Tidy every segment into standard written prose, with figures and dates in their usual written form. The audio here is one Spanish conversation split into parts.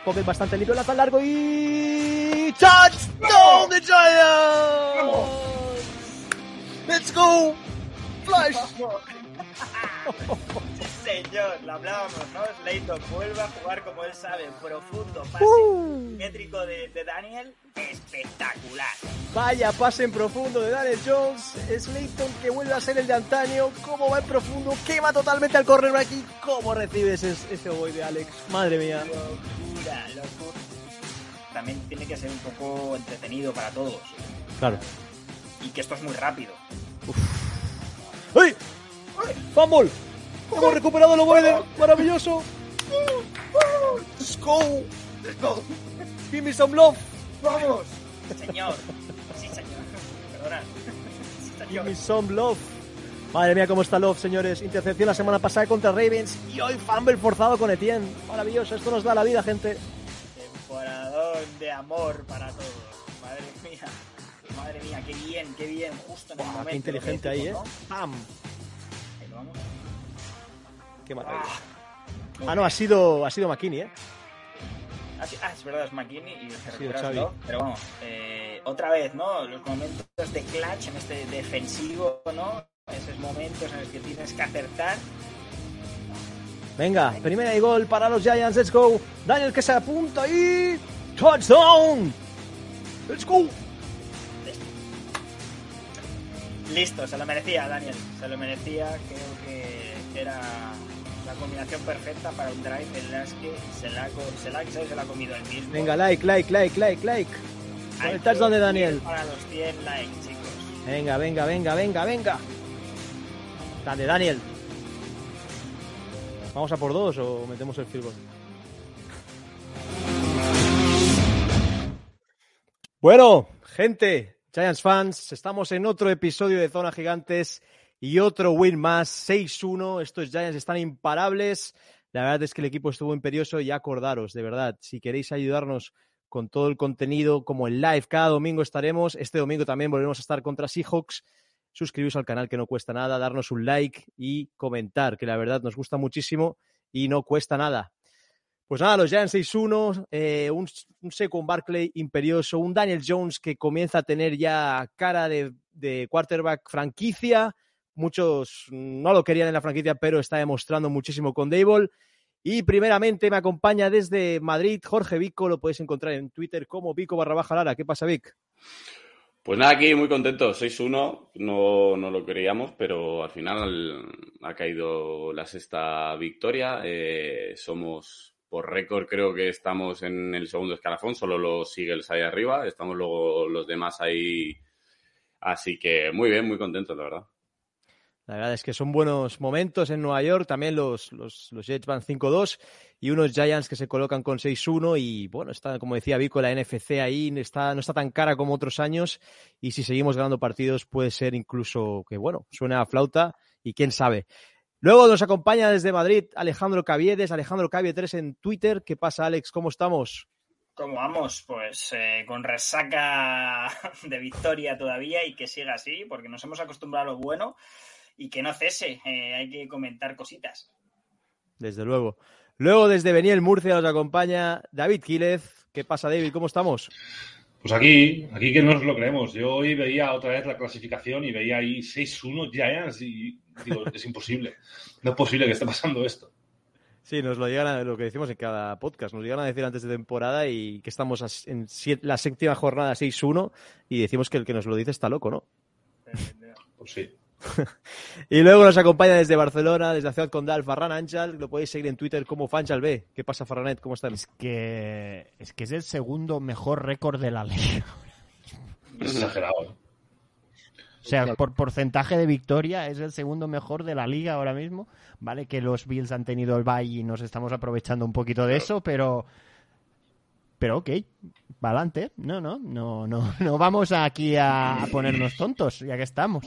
pocket bastante limpio, lanza largo y... ¡Touchdown de Giants! ¡Let's go! ¡Flash! Señor, lo hablábamos, ¿no? Slayton vuelve a jugar como él sabe, profundo, pase métrico de Daniel, espectacular. Vaya pase en profundo de Daniel Jones, Slayton que vuelve a ser el de antaño, cómo va en profundo, quema totalmente al cornerback y cómo recibes ese ovoide, Alex, madre mía. Locura. También tiene que ser un poco entretenido para todos. Claro. Y que esto es muy rápido. ¡Ay! ¡Fumble! ¡Hemos recuperado el ovoide! ¡Maravilloso! ¡Let's go! ¡Let's go! ¡Give me some love! ¡Vamos! Señor. Sí, señor. Perdona. Sí, señor. Give me some love. Madre mía, cómo está Love, señores. Intercepción la semana pasada contra Ravens y hoy fumble forzado con Etienne. Maravilloso, esto nos da la vida, gente. Temporadón de amor para todos. Madre mía, qué bien, justo en el momento. Qué inteligente ahí, ¿eh? ¿no? ¡Pam! Ahí lo vamos. Qué maravilla. No, ha sido McKinney, ¿eh? Es verdad, es McKinney y se Sí, recupera Love, pero vamos, otra vez, ¿no? Los momentos de clutch en este defensivo, ¿no? Esos momentos en los que tienes que acertar. Venga, primera y gol para los Giants, let's go. Daniel que se apunta y... ¡Touchdown! ¡Let's go! Listo, se lo merecía, Daniel. Se lo merecía, creo que era la combinación perfecta para un drive en las que se la ha comido él mismo. Venga, like. Con el touchdown de Daniel. Para los 100 likes, chicos. Venga. Dale, Daniel. ¿Vamos a por 2 o metemos el field goal? Bueno, gente, Giants fans, estamos en otro episodio de Zona Gigantes y otro win más, 6-1. Estos Giants están imparables. La verdad es que el equipo estuvo imperioso y acordaros, de verdad, si queréis ayudarnos con todo el contenido, como el live, cada domingo estaremos. Este domingo también volveremos a estar contra Seahawks. Suscribiros al canal, que no cuesta nada, darnos un like y comentar, que la verdad nos gusta muchísimo y no cuesta nada. Pues nada, los Giants 6-1, un Saquon Barkley imperioso, un Daniel Jones que comienza a tener ya cara de quarterback franquicia. Muchos no lo querían en la franquicia, pero está demostrando muchísimo con Daboll. Y primeramente me acompaña desde Madrid Jorge Vico, lo podéis encontrar en Twitter como Vico_Lara. ¿Qué pasa, Vic? Pues nada, aquí muy contento, 6-1, no lo queríamos, pero al final ha caído la sexta victoria. Somos, por récord, creo que estamos en el segundo escalafón, solo los Eagles ahí arriba, estamos luego los demás ahí, así que muy bien, muy contentos, la verdad. La verdad es que son buenos momentos en Nueva York, también los Jets van 5-2 y unos Giants que se colocan con 6-1 y bueno, está, como decía Vico, la NFC ahí no está tan cara como otros años y si seguimos ganando partidos puede ser incluso que bueno, suene a flauta y quién sabe. Luego nos acompaña desde Madrid Alejandro Caviedes, Alejandro Cavie3 en Twitter. ¿Qué pasa, Alex? ¿Cómo estamos? ¿Cómo vamos? Pues con resaca de victoria todavía y que siga así porque nos hemos acostumbrado a lo bueno. Y que no cese, hay que comentar cositas. Desde luego. Luego desde Beniel, Murcia, nos acompaña David Quílez. ¿Qué pasa, David? ¿Cómo estamos? Pues aquí que no nos lo creemos. Yo hoy veía otra vez la clasificación y veía ahí 6-1 Giants y digo, es imposible. No es posible que esté pasando esto. Sí, nos lo llegan lo que decimos en cada podcast. Nos llegan a decir antes de temporada y que estamos en la séptima jornada 6-1 y decimos que el que nos lo dice está loco, ¿no? Pues sí. Y luego nos acompaña desde Barcelona, desde la ciudad condal, Ferran Ángel. Lo podéis seguir en Twitter como FanChalB. ¿Qué pasa, Ferranet? ¿Cómo están? Es que es el segundo mejor récord de la liga. Es exagerado. O sea, por porcentaje de victoria es el segundo mejor de la liga ahora mismo. Vale que los Bills han tenido el bye y nos estamos aprovechando un poquito de eso, pero ok, para adelante. No vamos aquí a ponernos tontos, ya que estamos.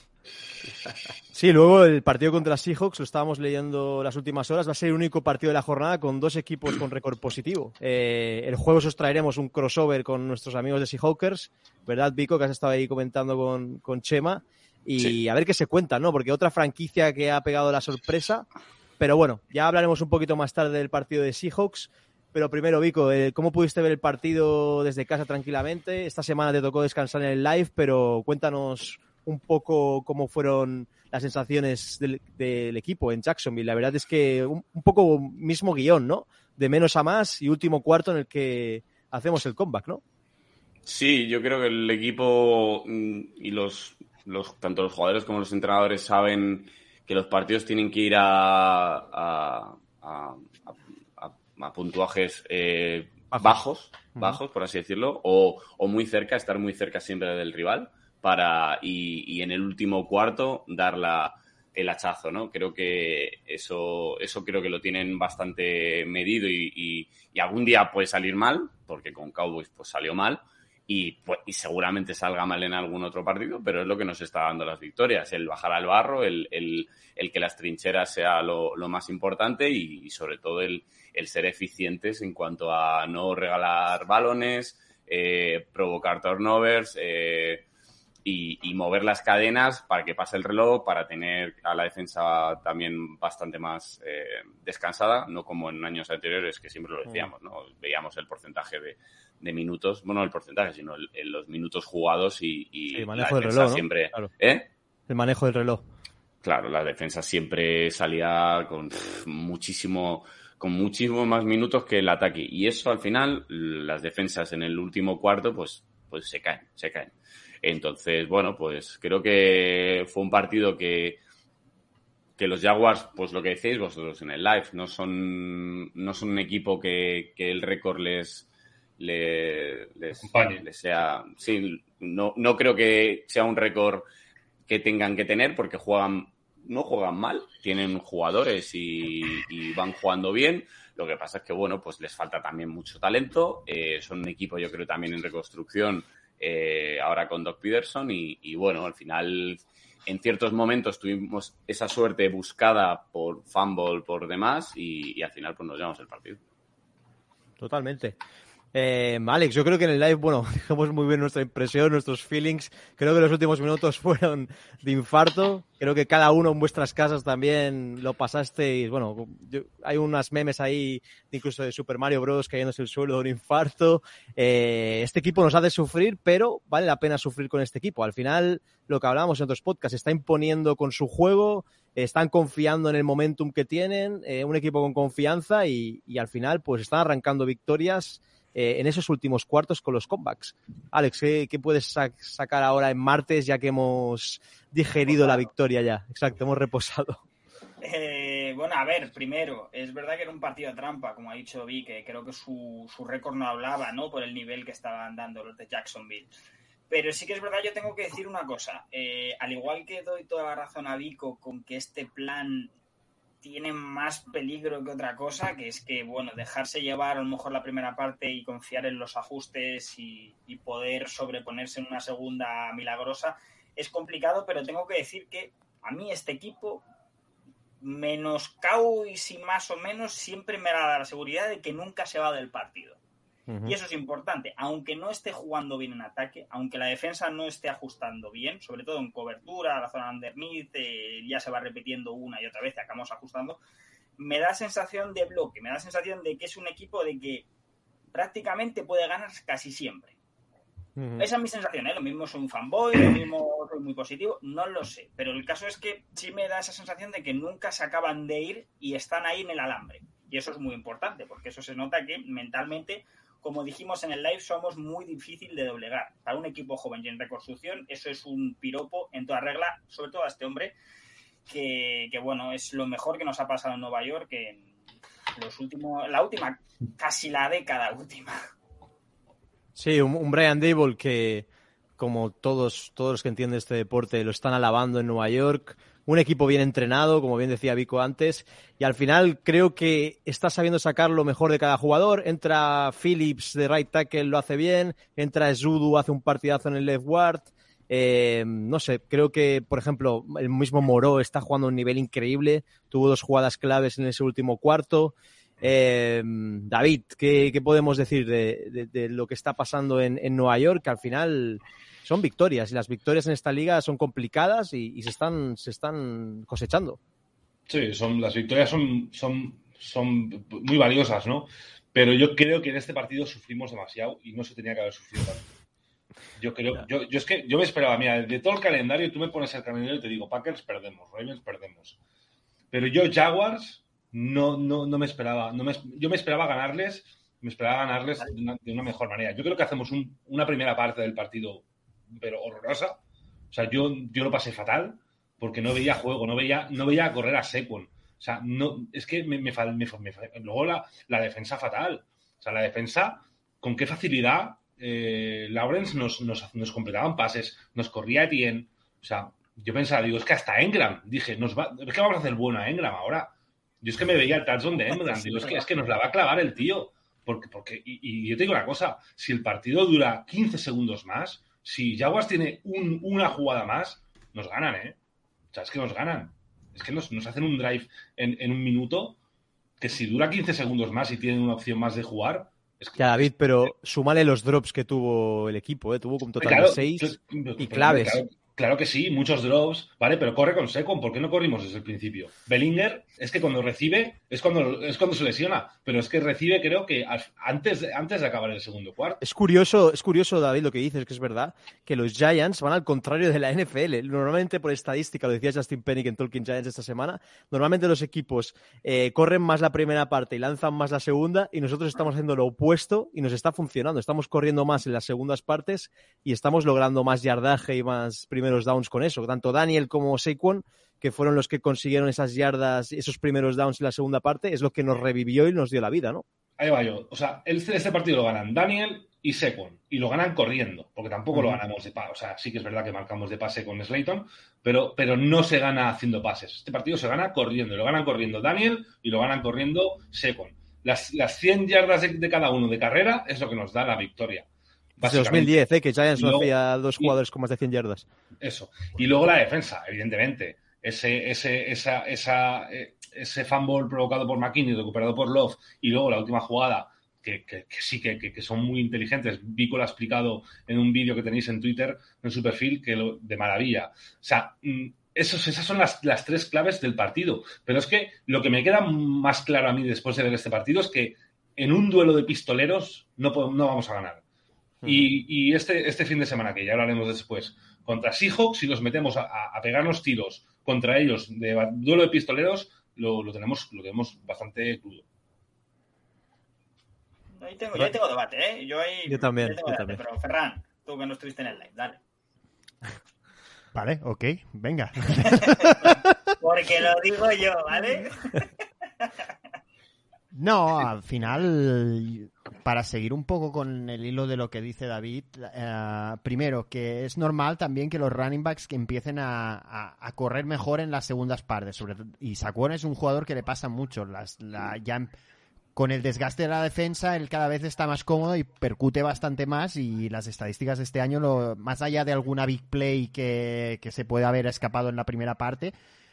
Sí, luego el partido contra Seahawks, lo estábamos leyendo las últimas horas, va a ser el único partido de la jornada con dos equipos con récord positivo. El jueves os traeremos un crossover con nuestros amigos de Seahawkers, ¿verdad, Vico? Que has estado ahí comentando con Chema. Y sí, a ver qué se cuenta, ¿no? Porque otra franquicia que ha pegado la sorpresa. Pero bueno, ya hablaremos un poquito más tarde del partido de Seahawks. Pero primero, Vico, ¿cómo pudiste ver el partido desde casa tranquilamente? Esta semana te tocó descansar en el live, pero cuéntanos un poco cómo fueron las sensaciones del equipo en Jacksonville. La verdad es que un poco mismo guión, ¿no? De menos a más y último cuarto en el que hacemos el comeback, ¿no? Sí, yo creo que el equipo y tanto los jugadores como los entrenadores saben que los partidos tienen que ir a puntuajes bajos, por así decirlo, o muy cerca, estar muy cerca siempre del rival y en el último cuarto dar el hachazo, ¿no? Creo que eso creo que lo tienen bastante medido y algún día puede salir mal, porque con Cowboys pues salió mal, y seguramente salga mal en algún otro partido, pero es lo que nos está dando las victorias, el bajar al barro, el que las trincheras sea lo más importante y sobre todo el ser eficientes en cuanto a no regalar balones, provocar turnovers y mover las cadenas para que pase el reloj, para tener a la defensa también bastante más descansada, no como en años anteriores que siempre lo decíamos, ¿no? Veíamos el porcentaje de minutos, bueno, no el porcentaje, sino los minutos jugados y el manejo la del defensa reloj, ¿no? siempre... Claro. ¿Eh? El manejo del reloj. Claro, la defensa siempre salía con muchísimo más minutos que el ataque. Y eso, al final, las defensas en el último cuarto, pues se caen. Entonces, bueno, pues creo que fue un partido que los Jaguars, pues lo que decís vosotros en el live, no son un equipo que el récord les sea... Sí, no creo que sea un récord que tengan que tener porque no juegan mal, tienen jugadores y van jugando bien. Lo que pasa es que, bueno, pues les falta también mucho talento. Son un equipo, yo creo, también en reconstrucción ahora con Doug Peterson y, bueno, al final, en ciertos momentos tuvimos esa suerte buscada por fumble, por demás y al final pues nos llevamos el partido. Totalmente. Alex, yo creo que en el live, bueno, dejamos muy bien nuestra impresión, nuestros feelings. Creo que los últimos minutos fueron de infarto. Creo que cada uno en vuestras casas también lo pasasteis. Bueno, hay unas memes ahí, incluso de Super Mario Bros. Cayéndose el suelo de un infarto. Este equipo nos hace sufrir, pero vale la pena sufrir con este equipo. Al final, lo que hablábamos en otros podcasts, está imponiendo con su juego, están confiando en el momentum que tienen, un equipo con confianza y al final pues están arrancando victorias en esos últimos cuartos con los comebacks. Alex, ¿qué puedes sacar ahora en martes ya que hemos digerido la victoria ya? Exacto, hemos reposado. Bueno, a ver, primero, es verdad que era un partido trampa, como ha dicho Vic, que creo que su récord no hablaba, ¿no? Por el nivel que estaban dando los de Jacksonville. Pero sí que es verdad, yo tengo que decir una cosa. Al igual que doy toda la razón a Vico con que este plan tiene más peligro que otra cosa, que es que, bueno, dejarse llevar a lo mejor la primera parte y confiar en los ajustes y poder sobreponerse en una segunda milagrosa es complicado, pero tengo que decir que a mí este equipo, menos Cowboys y más o menos, siempre me da la seguridad de que nunca se va del partido. Y eso es importante, aunque no esté jugando bien en ataque, aunque la defensa no esté ajustando bien, sobre todo en cobertura, la zona underneath, ya se va repitiendo una y otra vez y acabamos ajustando, me da sensación de bloque, me da sensación de que es un equipo de que prácticamente puede ganar casi siempre. Esa es mi sensación, ¿eh? Lo mismo soy un fanboy, lo mismo soy muy positivo, no lo sé, pero el caso es que sí me da esa sensación de que nunca se acaban de ir y están ahí en el alambre, y eso es muy importante, porque eso se nota que mentalmente, como dijimos en el live, somos muy difícil de doblegar. Para un equipo joven y en reconstrucción, eso es un piropo en toda regla, sobre todo a este hombre, que bueno, es lo mejor que nos ha pasado en Nueva York en la última, casi la década última. Sí, un Brian Daboll que, como todos los que entienden este deporte, lo están alabando en Nueva York. Un equipo bien entrenado, como bien decía Vico antes, y al final creo que está sabiendo sacar lo mejor de cada jugador. Entra Phillips de right tackle, lo hace bien. Entra Zudu, hace un partidazo en el left guard. No sé, creo que, por ejemplo, el mismo Moreau está jugando a un nivel increíble. Tuvo 2 jugadas claves en ese último cuarto. David, ¿qué podemos decir de lo que está pasando en Nueva York? Que al final son victorias y las victorias en esta liga son complicadas y se están cosechando. Sí, las victorias son muy valiosas, ¿no? pero yo creo que en este partido sufrimos demasiado y no se tenía que haber sufrido tanto. Yo creo, es que yo me esperaba, mira, de todo el calendario, tú me pones el calendario y te digo, Packers perdemos, Ravens perdemos. Pero yo, Jaguars, no me esperaba. Yo me esperaba ganarles de una mejor manera. Yo creo que hacemos una primera parte del partido, pero horrorosa. O sea, yo lo pasé fatal porque no veía juego, no veía correr a Saquon. O sea, no, es que me luego la defensa fatal. O sea, la defensa, con qué facilidad Lawrence nos completaban pases, nos corría Etienne. O sea, yo pensaba, digo, es que hasta Engram, dije, es que vamos a hacer bueno a Engram ahora. Yo es que me veía el touchdown de Engram, digo, es que nos la va a clavar el tío. Porque y yo te digo una cosa, si el partido dura 15 segundos más, si Jaguars tiene una jugada más, nos ganan, ¿eh? O sea, es que nos ganan. Es que nos hacen un drive en un minuto que si dura 15 segundos más y tienen una opción más de jugar... Es que, ya, David, pero súmale los drops que tuvo el equipo, ¿eh? Tuvo un total de 6 y claves. Claro que sí, muchos drops, ¿vale? Pero corre con Saquon, ¿por qué no corrimos desde el principio? Bellinger es que cuando recibe es cuando se lesiona, pero es que recibe creo que antes de acabar el segundo cuarto. Es curioso, David, lo que dices, que es verdad, que los Giants van al contrario de la NFL. Normalmente, por estadística, lo decía Justin Pennick en Talking Giants esta semana, normalmente los equipos corren más la primera parte y lanzan más la segunda, y nosotros estamos haciendo lo opuesto y nos está funcionando. Estamos corriendo más en las segundas partes y estamos logrando más yardaje y más primeros downs con eso. Tanto Daniel como Saquon, que fueron los que consiguieron esas yardas, esos primeros downs en la segunda parte, es lo que nos revivió y nos dio la vida, ¿no? Ahí va yo. O sea, este partido lo ganan Daniel y Saquon, y lo ganan corriendo, porque tampoco lo ganamos de pase. O sea, sí que es verdad que marcamos de pase con Slayton, pero no se gana haciendo pases. Este partido se gana corriendo, lo ganan corriendo Daniel y lo ganan corriendo Saquon. Las 100 yardas de cada uno de carrera es lo que nos da la victoria. Desde 2010, que Giants no hacía dos jugadores con más de 100 yardas. Eso. Y luego la defensa, evidentemente. Ese fumble provocado por McKinney, recuperado por Love, y luego la última jugada, que sí, que son muy inteligentes. Vico lo ha explicado en un vídeo que tenéis en Twitter, en su perfil, de maravilla. O sea, esas son las tres claves del partido. Pero es que lo que me queda más claro a mí después de ver este partido es que en un duelo de pistoleros no vamos a ganar. Y este fin de semana, que ya hablaremos después, contra Seahawks, si nos metemos a pegarnos tiros contra ellos de duelo de pistoleros, lo tenemos bastante crudo. Yo tengo debate, ¿eh? Yo también. Pero Ferran, tú que no estuviste en el live, dale. Vale, ok, venga. Porque lo digo yo, ¿vale? No, al final, para seguir un poco con el hilo de lo que dice David, primero, que es normal también que los running backs que empiecen a correr mejor en las segundas partes. Y Saquon es un jugador que le pasa mucho. Con el desgaste de la defensa, él cada vez está más cómodo y percute bastante más, y las estadísticas de este año, más allá de alguna big play que se puede haber escapado en la primera parte,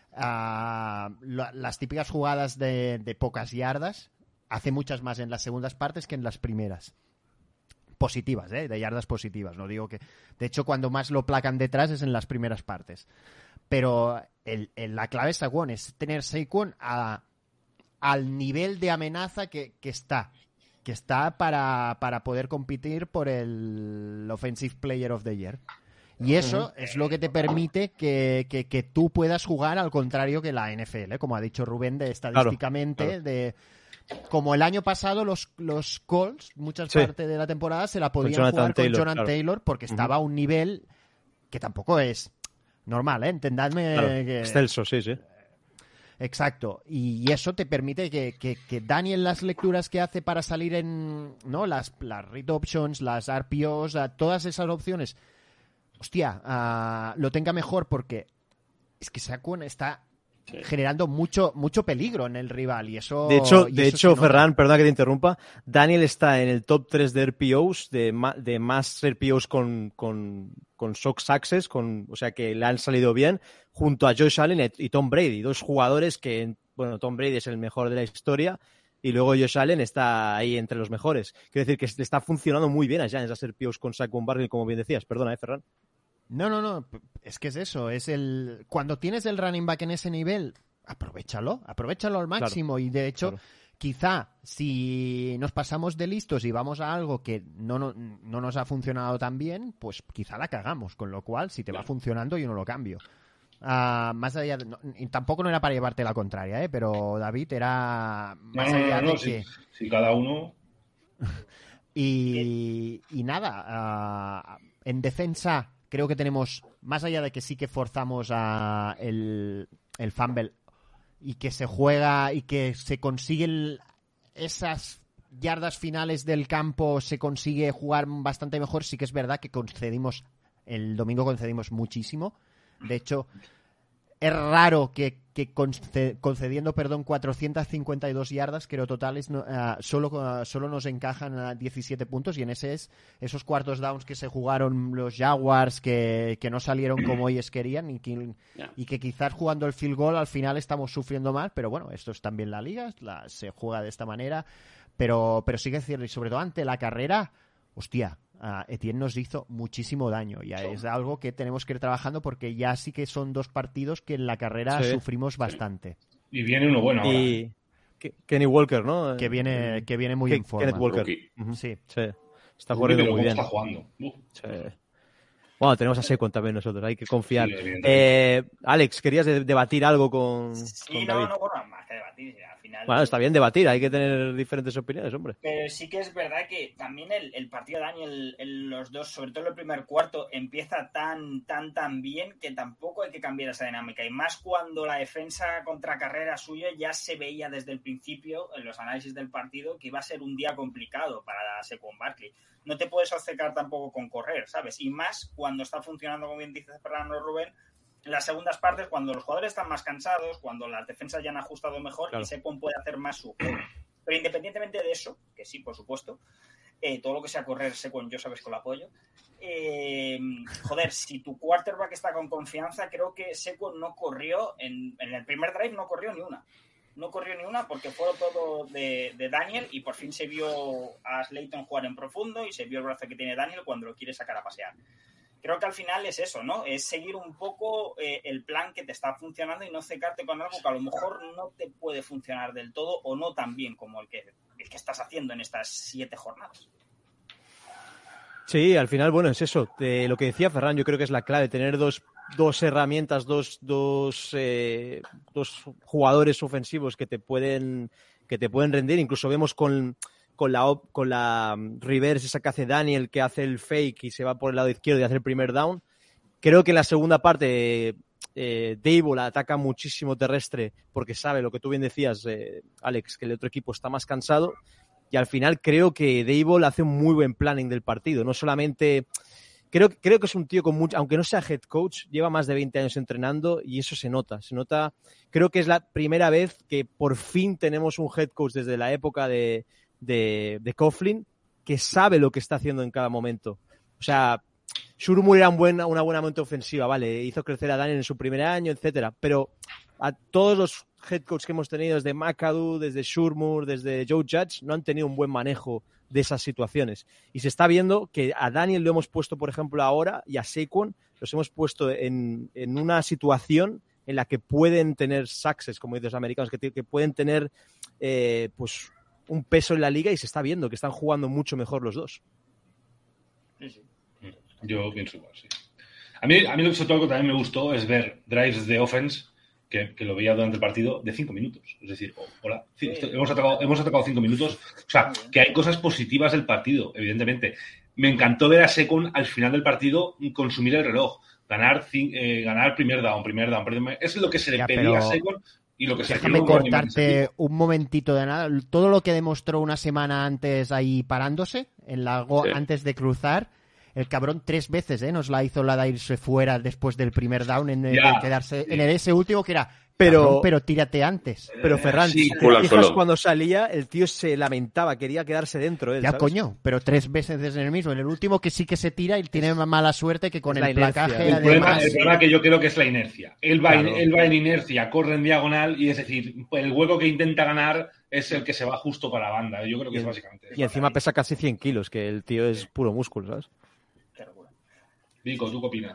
las típicas jugadas de pocas yardas hace muchas más en las segundas partes que en las primeras. Positivas, de yardas positivas. No digo que... De hecho, cuando más lo placan detrás es en las primeras partes. Pero la clave es Saquon, es tener Saquon al nivel de amenaza que está para poder competir por el Offensive Player of the Year. Y eso es lo que te permite que tú puedas jugar al contrario que la NFL, como ha dicho Rubén, estadísticamente, claro. Como el año pasado los Colts, muchas partes de la temporada se la podían jugar con Jonathan Taylor, porque estaba a un nivel que tampoco es normal, entendadme. Claro. Que... Excelso, sí. Exacto, y eso te permite que Daniel, las lecturas que hace para salir en las read options, las RPOs, todas esas opciones, hostia, lo tenga mejor, porque es que Saquon está generando mucho peligro en el rival, y eso... De hecho, Ferran, perdona que te interrumpa, Daniel está en el top 3 de RPOs, de más RPOs con shock success, o sea que le han salido bien, junto a Josh Allen y Tom Brady, dos jugadores que, bueno, Tom Brady es el mejor de la historia, y luego Josh Allen está ahí entre los mejores. Quiero decir que le está funcionando muy bien allá en esas RPOs con Saquon Barkley, como bien decías. Perdona, Ferran. No, es que es eso, cuando tienes el running back en ese nivel, aprovechalo al máximo, claro, y de hecho, claro, quizá si nos pasamos de listos y vamos a algo que no nos ha funcionado tan bien, pues quizá la cagamos, con lo cual si te va funcionando yo no lo cambio. Más allá y tampoco no era para llevarte la contraria, pero David era más allá de que... Si cada uno... y nada, en defensa creo que tenemos, más allá de que sí que forzamos el fumble y que se juega y que se consiguen esas yardas finales del campo, se consigue jugar bastante mejor, sí que es verdad que el domingo concedimos muchísimo. De hecho, es raro que concediendo 452 yardas, creo totales, solo nos encajan a 17 puntos, y en esos cuartos downs que se jugaron los Jaguars que no salieron como ellos querían y que quizás jugando el field goal al final estamos sufriendo más, pero bueno, esto es también la liga, se juega de esta manera, pero sí que es cierto, y sobre todo ante la carrera, hostia, Etienne nos hizo muchísimo daño y es algo que tenemos que ir trabajando, porque ya sí que son 2 partidos que en la carrera sufrimos bastante. Y viene uno bueno ahora. Y Kenny Walker, ¿no? Que viene muy en forma. Kenneth Walker. Sí. Está corriendo muy bien. Está jugando. Sí. Bueno, tenemos a Saquon también nosotros, hay que confiar. Sí, Alex, ¿querías debatir algo con David? No, más que debatir. Al final, bueno, está bien debatir, hay que tener diferentes opiniones, hombre. Pero sí que es verdad que también el partido de Daniel, los dos, sobre todo el primer cuarto, empieza tan bien que tampoco hay que cambiar esa dinámica. Y más cuando la defensa contra carrera suya ya se veía desde el principio, en los análisis del partido, que iba a ser un día complicado para Saquon Barkley. No te puedes obcecar tampoco con correr, ¿sabes? Y más cuando está funcionando, como bien dice Fernando Rubén, en las segundas partes, cuando los jugadores están más cansados, cuando las defensas ya han ajustado mejor, claro, y Saquon puede hacer más su juego. Pero independientemente de eso, que sí, por supuesto, todo lo que sea correr, Saquon, yo sabes que lo apoyo. Si tu quarterback está con confianza, creo que Saquon no corrió, en el primer drive no corrió ni una. No corrió ni una porque fue todo de Daniel, y por fin se vio a Slayton jugar en profundo y se vio el brazo que tiene Daniel cuando lo quiere sacar a pasear. Creo que al final es eso, ¿no? Es seguir un poco el plan que te está funcionando y no cecarte con algo que a lo mejor no te puede funcionar del todo o no tan bien como el que estás haciendo en estas 7 jornadas. Sí, al final, bueno, es eso. Lo que decía Ferran, yo creo que es la clave, tener dos herramientas, dos jugadores ofensivos que te pueden rendir. Incluso vemos con la reverse esa que hace Daniel, que hace el fake y se va por el lado izquierdo y hace el primer down. Creo que en la segunda parte Dable ataca muchísimo terrestre porque sabe lo que tú bien decías, Alex, que el otro equipo está más cansado, y al final creo que Dable hace un muy buen planning del partido. No solamente... Creo que es un tío con mucho, aunque no sea head coach, lleva más de 20 años entrenando y eso se nota. Creo que es la primera vez que por fin tenemos un head coach desde la época de Coughlin que sabe lo que está haciendo en cada momento. O sea, Shurmur era una buena mente ofensiva, vale, hizo crecer a Daniel en su primer año, etcétera, pero a todos los head coach que hemos tenido, desde McAdoo, desde Shurmur, desde Joe Judge, no han tenido un buen manejo de esas situaciones. Y se está viendo que a Daniel lo hemos puesto, por ejemplo, ahora, y a Saquon los hemos puesto en una situación en la que pueden tener success, como dicen los americanos, que pueden tener pues un peso en la liga, y se está viendo que están jugando mucho mejor los dos. Sí. Yo pienso igual, sí. A mí sobre todo algo que también me gustó es ver drives de offense que lo veía durante el partido de 5 minutos. Es decir, hola, sí, hemos atacado 5 minutos. O sea, que hay cosas positivas del partido, evidentemente. Me encantó ver a Saquon al final del partido consumir el reloj, ganar primer down. Es lo que se le pedía a Saquon y lo que se Déjame cortarte un momentito de nada. Todo lo que demostró una semana antes ahí parándose, antes de cruzar, el cabrón 3 veces nos la hizo la de irse fuera después del primer down, de quedarse en ese último que era, pero tírate antes. Pero Ferran, si te fijas, cuando salía, el tío se lamentaba, quería quedarse dentro. ¿Sabes? Coño, pero 3 veces en el mismo. En el último que sí que se tira y tiene mala suerte que con el placaje. El problema que yo creo que es la inercia. Él va en inercia, corre en diagonal, y es decir, el hueco que intenta ganar es el que se va justo para la banda. Yo creo que es básicamente eso. Y encima pesa casi 100 kilos, que el tío es puro músculo, ¿sabes? Vico, ¿tú qué opinas?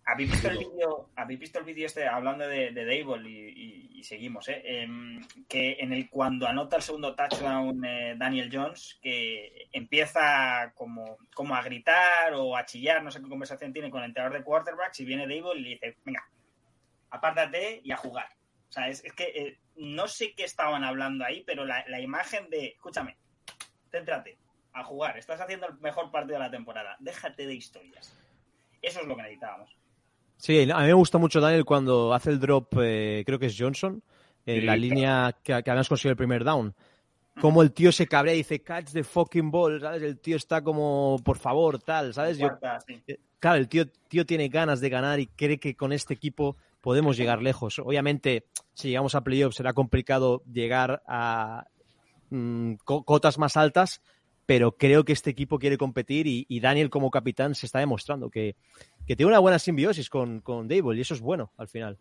¿Habéis visto el vídeo este hablando de Daboll y seguimos, que cuando anota el segundo touchdown Daniel Jones, que empieza como a gritar o a chillar, no sé qué conversación tiene con el entrenador de quarterbacks, y viene Daboll y le dice, venga, apártate y a jugar. O sea, es que no sé qué estaban hablando ahí, pero la imagen de, escúchame, céntrate, a jugar, estás haciendo el mejor partido de la temporada, déjate de historias. Eso es lo que necesitábamos. Sí, a mí me gusta mucho Daniel cuando hace el drop, creo que es Johnson, en la línea que habíamos conseguido el primer down. Como el tío se cabrea y dice, catch the fucking ball, ¿sabes? El tío está como, por favor, tal, ¿sabes? Claro, el tío tiene ganas de ganar y cree que con este equipo podemos llegar lejos. Obviamente, si llegamos a playoffs será complicado llegar a cotas más altas, pero creo que este equipo quiere competir y Daniel como capitán se está demostrando que tiene una buena simbiosis con Daboll y eso es bueno al final.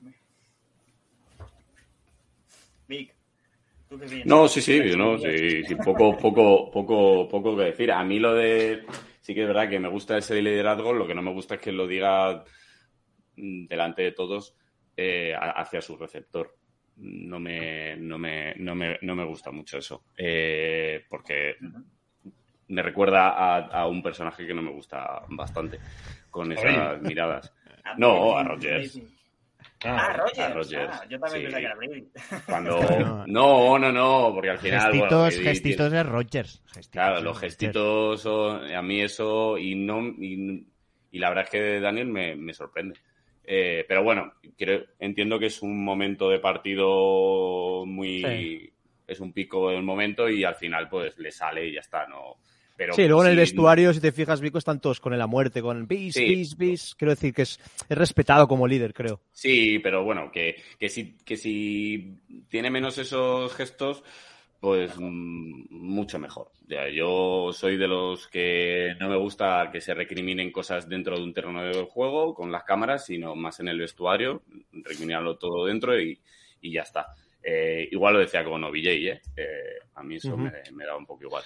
Vic, ¿tú qué piensas? No, sí, poco que decir. A mí sí que es verdad que me gusta ese liderazgo, lo que no me gusta es que lo diga delante de todos hacia su receptor. No me gusta mucho eso, porque me recuerda a un personaje que no me gusta bastante con esas miradas. No, a Rodgers. A Rodgers. Yo también pensaba que era Brady. No, porque al final... Gestitos de Rodgers. Claro, los gestitos, a mí eso, y la verdad es que Daniel me sorprende. Pero bueno, entiendo que es un momento de partido muy... Sí. Es un pico del momento y al final pues le sale y ya está, ¿no? Pero sí, luego en el vestuario, si te fijas, Vico, están todos con él a muerte, con bis. Quiero decir que es respetado como líder, creo. Sí, pero bueno, que si tiene menos esos gestos, pues mucho mejor. Yo soy de los que no me gusta que se recriminen cosas dentro de un terreno de juego con las cámaras, sino más en el vestuario, recriminarlo todo dentro y ya está. Igual lo decía con OBJ, a mí eso me da un poco igual.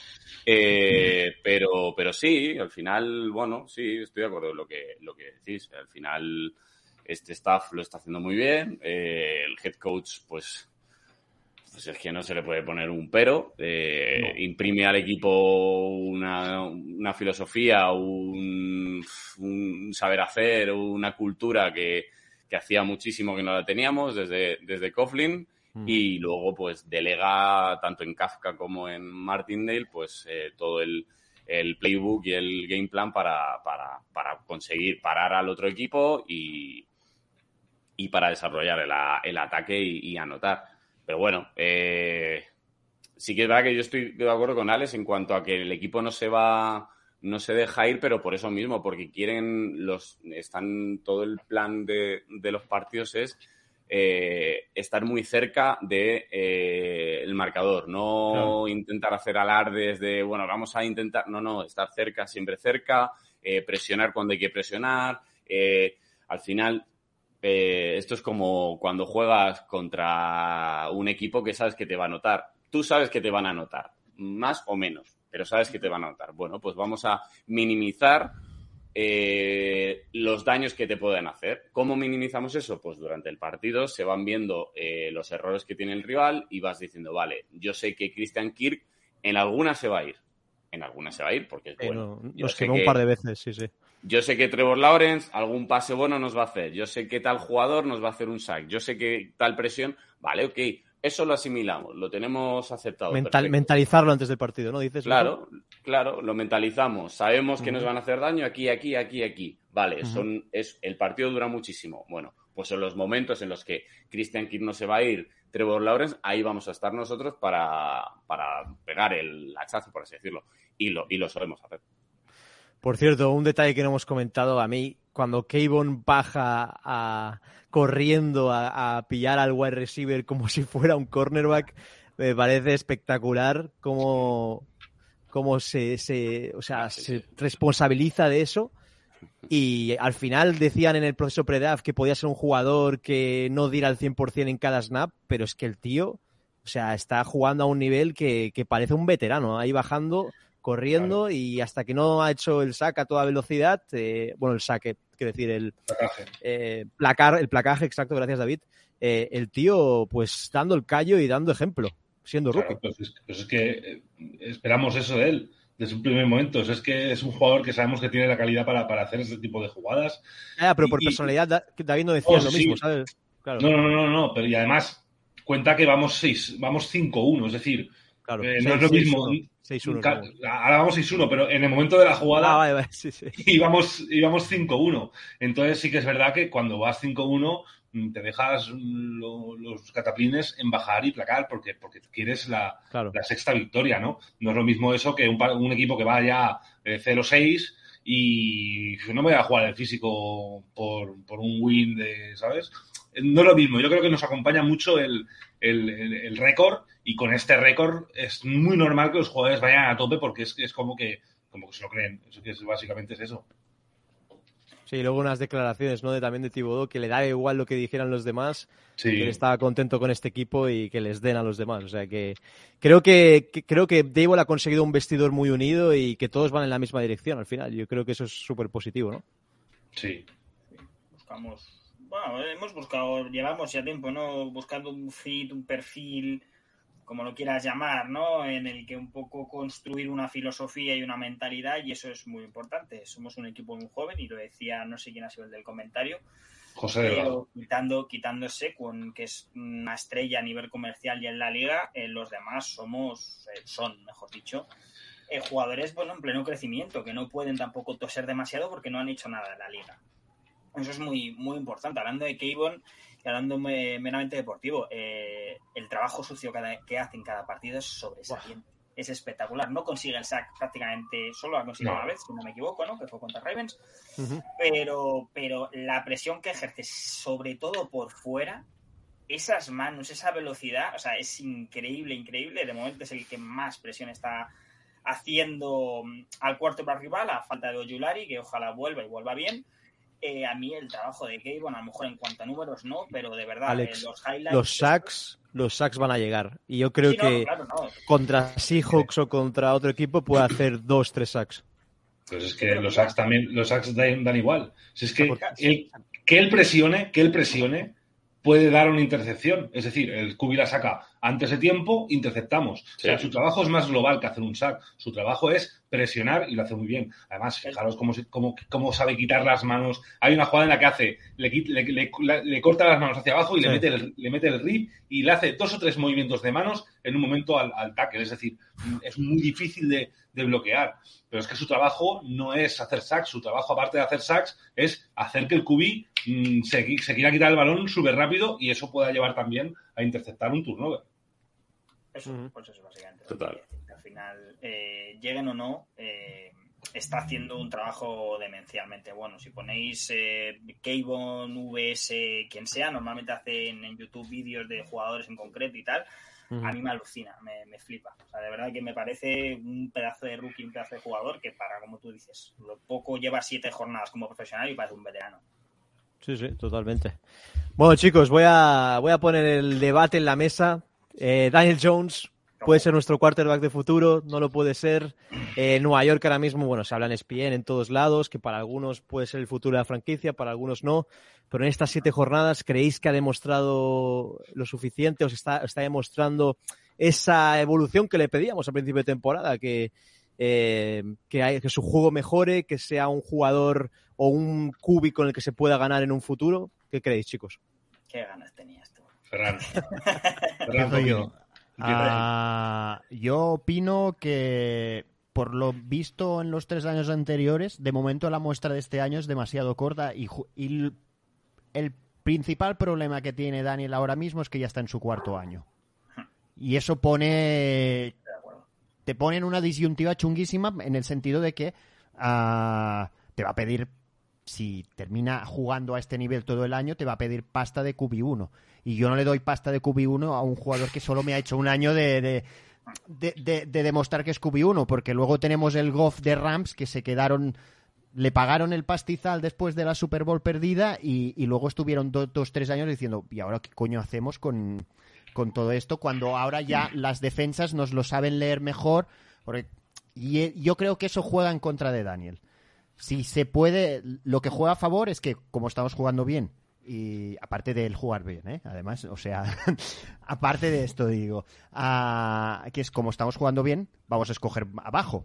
Pero sí, al final, bueno, sí, estoy de acuerdo en lo que decís. Al final, este staff lo está haciendo muy bien. El head coach, pues es que no se le puede poner un pero. No. Imprime al equipo una filosofía, un saber hacer, una cultura que hacía muchísimo que no la teníamos desde Coughlin. Y luego pues delega tanto en Kafka como en Martindale pues todo el playbook y el game plan para conseguir parar al otro equipo y para desarrollar el ataque y anotar. Pero bueno, sí que es verdad que yo estoy de acuerdo con Alex en cuanto a que el equipo no se deja ir, pero por eso mismo, porque todo el plan de los partidos es estar muy cerca de el marcador, no intentar hacer alardes de, bueno, vamos a intentar, no, estar cerca, siempre cerca, presionar cuando hay que presionar, al final esto es como cuando juegas contra un equipo que sabes que te va a anotar, tú sabes que te van a anotar, más o menos, pero sabes que te van a anotar, bueno, pues vamos a minimizar los daños que te pueden hacer. ¿Cómo minimizamos eso? Pues durante el partido se van viendo los errores que tiene el rival y vas diciendo, vale, yo sé que Christian Kirk en algunas se va a ir. En algunas se va a ir porque es bueno. Nos quemó un par de veces, sí. Yo sé que Trevor Lawrence algún pase bueno nos va a hacer. Yo sé que tal jugador nos va a hacer un sack. Yo sé que tal presión. Vale, ok. Eso lo asimilamos, lo tenemos aceptado. Mentalizarlo antes del partido, ¿no? Dices. Claro, lo mentalizamos. Sabemos que nos van a hacer daño aquí. Vale, el partido dura muchísimo. Bueno, pues en los momentos en los que Christian Kirk no se va a ir, Trevor Lawrence, ahí vamos a estar nosotros para pegar el hachazo, por así decirlo. Y lo sabemos hacer. Por cierto, un detalle que no hemos comentado a mí, cuando Kayvon baja corriendo a pillar al wide receiver como si fuera un cornerback, me parece espectacular cómo se responsabiliza de eso. Y al final decían en el proceso pre-draft que podía ser un jugador que no diera el 100% en cada snap, pero es que el tío, está jugando a un nivel que parece un veterano, ahí bajando, corriendo, claro. Y hasta que no ha hecho el sack a toda velocidad, el sack que quiero decir, el Placaje. el placaje, exacto, gracias David. El tío, pues dando el callo y dando ejemplo, siendo rookie. Claro, pues es que esperamos eso de él desde un primer momento. Es que es un jugador que sabemos que tiene la calidad para hacer ese tipo de jugadas. Pero por personalidad, David no decía lo mismo, sí. ¿sabes? Claro. No, pero y además cuenta que vamos 5-1, es decir, Claro, no es lo mismo. 6-1. Ahora vamos 6-1, pero en el momento de la jugada vale, sí. íbamos 5-1. Entonces sí que es verdad que cuando vas 5-1 te dejas los cataplines en bajar y placar porque quieres la sexta victoria, ¿no? No es lo mismo eso que un equipo que va ya 0-6 y no me voy a jugar el físico por un win ¿sabes? No es lo mismo. Yo creo que nos acompaña mucho el récord, y con este récord es muy normal que los jugadores vayan a tope porque es como que se lo creen. Eso que básicamente es eso. Sí, luego unas declaraciones, ¿no? También de Thibodeau, que le da igual lo que dijeran los demás, sí. Que él estaba contento con este equipo y que les den a los demás. O sea que creo que Daboll ha conseguido un vestidor muy unido y que todos van en la misma dirección al final. Yo creo que eso es súper positivo, ¿no? Sí. Hemos buscado, llevamos ya tiempo, ¿no? Buscando un fit, un perfil, como lo quieras llamar, ¿no? En el que un poco construir una filosofía y una mentalidad, y eso es muy importante. Somos un equipo muy joven, y lo decía, no sé quién ha sido el del comentario, José Delgado. Quitándose que es una estrella a nivel comercial y en la liga, los demás son, mejor dicho, jugadores, en pleno crecimiento, que no pueden tampoco toser demasiado porque no han hecho nada en la liga. Eso es muy, muy importante. Hablando de Kayvon y hablando meramente deportivo, el trabajo sucio que hace en cada partido es sobresaliente. Es espectacular. No consigue el sack prácticamente, solo ha conseguido una vez, si no me equivoco, ¿no? Que fue contra Ravens. Uh-huh. Pero la presión que ejerce, sobre todo por fuera, esas manos, esa velocidad, o sea, es increíble. De momento es el que más presión está haciendo al quarterback rival, a falta de Ojulari, que ojalá vuelva bien. A mí el trabajo de Kayvon, a lo mejor en cuanto a números no, pero de verdad, Alex, los highlights... Los sacks van a llegar. Y yo creo que contra Seahawks o contra otro equipo puede hacer 2-3 sacks. Pues es que los sacks dan igual. Si es que él presione puede dar una intercepción. Es decir, el QB la saca antes de tiempo, interceptamos. Sí. O sea, su trabajo es más global que hacer un sack. Su trabajo es presionar y lo hace muy bien. Además, fijaros cómo sabe quitar las manos. Hay una jugada en la que le corta las manos hacia abajo y le mete el rip y le hace 2 o 3 movimientos de manos en un momento al tackle. Es decir, es muy difícil de bloquear. Pero es que su trabajo no es hacer sacks. Su trabajo, aparte de hacer sacks, es hacer que el QB se quiera quitar el balón súper rápido y eso pueda llevar también a interceptar un turnover. Pues eso básicamente. Total. Al final, lleguen o no, está haciendo un trabajo demencialmente bueno. Si ponéis Kayvon, VS, quien sea, normalmente hacen en YouTube vídeos de jugadores en concreto y tal. A mí me alucina, me flipa. O sea, de verdad que me parece un pedazo de rookie, un pedazo de jugador que como tú dices, lo poco lleva 7 jornadas como profesional y parece un veterano. Sí, totalmente. Bueno, chicos, voy a poner el debate en la mesa. Daniel Jones puede ser nuestro quarterback de futuro, no lo puede ser. Nueva York ahora mismo, se habla en ESPN en todos lados, que para algunos puede ser el futuro de la franquicia, para algunos no. Pero en estas 7 jornadas, ¿creéis que ha demostrado lo suficiente? ¿Os está demostrando esa evolución que le pedíamos al principio de temporada? Que su juego mejore, que sea un jugador o un QB con el que se pueda ganar en un futuro. ¿Qué creéis, chicos? ¿Qué ganas tenías tú? Ferran. Yo opino que, por lo visto en los 3 años anteriores, de momento la muestra de este año es demasiado corta y el principal problema que tiene Daniel ahora mismo es que ya está en su 4º año. Y eso te pone en una disyuntiva chunguísima en el sentido de que te va a pedir, si termina jugando a este nivel todo el año, te va a pedir pasta de QB1. Y yo no le doy pasta de QB1 a un jugador que solo me ha hecho un año de demostrar que es QB1, porque luego tenemos el Goff de Rams que le pagaron el pastizal después de la Super Bowl perdida y luego estuvieron 2-3 años diciendo, ¿y ahora qué coño hacemos con todo esto? Cuando ahora ya las defensas nos lo saben leer mejor, y yo creo que eso juega en contra de Daniel. si se puede, lo que juega a favor es que como estamos jugando bien, y aparte del jugar bien, además, o sea, aparte de esto digo, que es como estamos jugando bien, vamos a escoger abajo.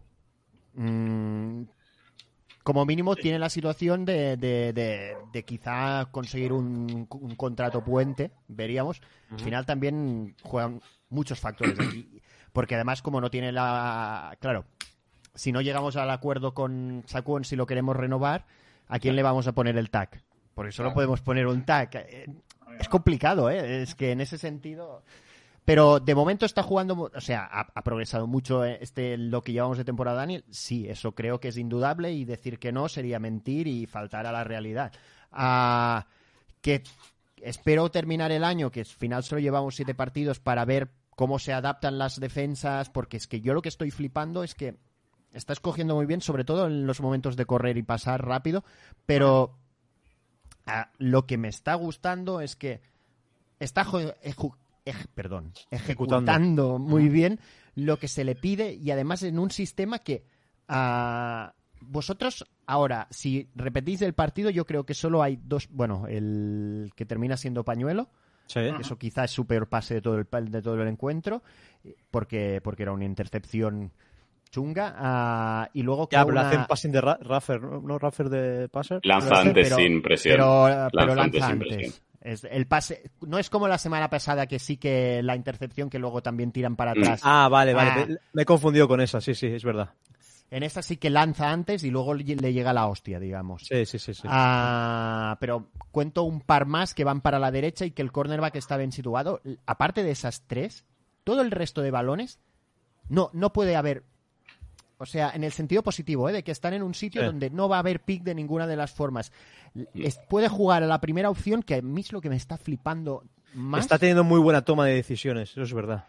Como mínimo tiene la situación de quizá conseguir un contrato puente, veríamos. Al final también juegan muchos factores aquí, porque además como no tiene claro, si no llegamos al acuerdo con Saquon si lo queremos renovar, ¿a quién le vamos a poner el tag? Porque solo podemos poner un tag. Es complicado, es que en ese sentido... Pero de momento está jugando, o sea, ha progresado mucho lo que llevamos de temporada, Daniel. Sí, eso creo que es indudable y decir que no sería mentir y faltar a la realidad. Que espero terminar el año, que al final solo llevamos 7 partidos para ver cómo se adaptan las defensas, porque es que yo lo que estoy flipando es que está escogiendo muy bien, sobre todo en los momentos de correr y pasar rápido, pero lo que me está gustando es que está ejecutando muy bien lo que se le pide y además en un sistema que vosotros ahora, si repetís el partido, yo creo que solo hay 2, bueno, el que termina siendo Pañuelo, sí. Eso quizás es su peor pase de todo el encuentro, porque era una intercepción chunga, y luego ya, pero le hacen passing de Raffer, ¿no? Raffer de passer. Lanza antes sin presión. Pero lanza antes. El pase no es como la semana pasada que sí que la intercepción que luego también tiran para atrás. Vale. Me he confundido con esa, sí, es verdad. En esta sí que lanza antes y luego le llega la hostia, digamos. Sí. Pero cuento un par más que van para la derecha y que el cornerback está bien situado. Aparte de esas 3, todo el resto de balones no puede haber... O sea, en el sentido positivo, de que están en un sitio donde no va a haber pick de ninguna de las formas. Puede jugar a la primera opción, que a mí es lo que me está flipando más. Está teniendo muy buena toma de decisiones, eso es verdad.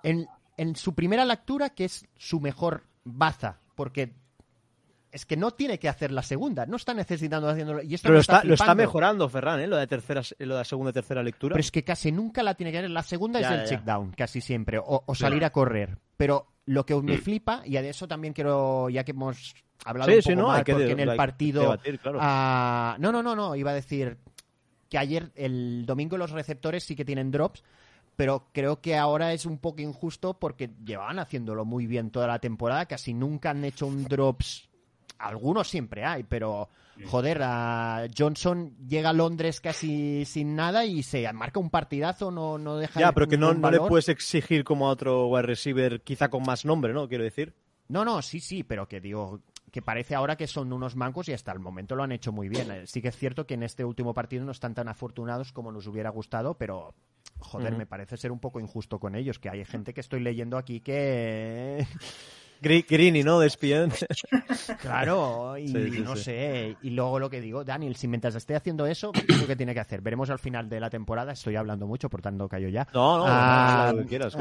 En su primera lectura, que es su mejor baza, porque es que no tiene que hacer la segunda, no está necesitando haciéndolo. Y esto pero lo está mejorando, Ferran, lo de segunda y tercera lectura. Pero es que casi nunca la tiene que hacer. La segunda es el check down, casi siempre, o salir a correr. Pero lo que me flipa, y de eso también quiero, ya que hemos hablado un poco más, porque en el partido... Debatir, claro. No, iba a decir que ayer, el domingo, los receptores sí que tienen drops, pero creo que ahora es un poco injusto porque llevaban haciéndolo muy bien toda la temporada, casi nunca han hecho un drops... Algunos siempre hay, pero joder, Johnson llega a Londres casi sin nada y se marca un partidazo, no deja... Ya, pero que no le puedes exigir como a otro wide receiver quizá con más nombre, ¿no? Quiero decir. No, sí, pero que digo, que parece ahora que son unos mancos y hasta el momento lo han hecho muy bien. Sí que es cierto que en este último partido no están tan afortunados como nos hubiera gustado, pero joder, me parece ser un poco injusto con ellos, que hay gente que estoy leyendo aquí que... Greeny, ¿no? De ESPN. Claro, y no sé. Y luego lo que digo, Daniel, si mientras esté haciendo eso, ¿qué es lo que tiene que hacer? Veremos al final de la temporada. Estoy hablando mucho, por tanto callo ya. No, lo que quieras.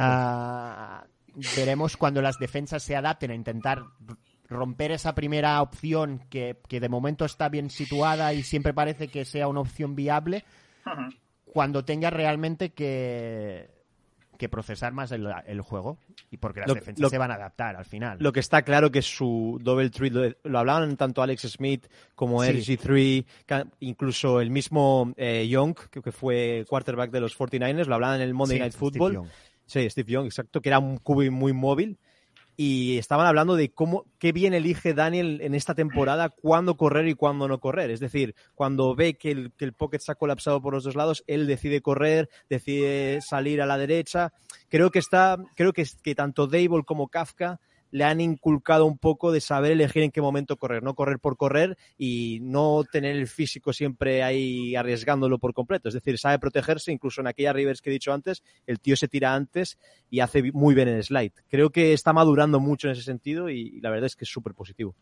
Veremos cuando las defensas se adapten a intentar romper esa primera opción que de momento está bien situada y siempre parece que sea una opción viable, cuando tenga realmente que procesar más el juego, y porque las defensas se van a adaptar al final. Lo que está claro que su double treat, lo hablaban tanto Alex Smith como RG3, incluso el mismo Young, que fue quarterback de los 49ers, lo hablaban en el Monday Night Football. Steve Young, exacto, que era un QB muy móvil. Y estaban hablando de qué bien elige Daniel en esta temporada cuándo correr y cuándo no correr. Es decir, cuando ve que el pocket se ha colapsado por los dos lados, él decide correr, decide salir a la derecha. Creo que tanto Daboll como Kafka le han inculcado un poco de saber elegir en qué momento correr, no correr por correr y no tener el físico siempre ahí arriesgándolo por completo. Es decir, sabe protegerse, incluso en aquella Rivers que he dicho antes, el tío se tira antes y hace muy bien el slide. Creo que está madurando mucho en ese sentido y la verdad es que es súper positivo.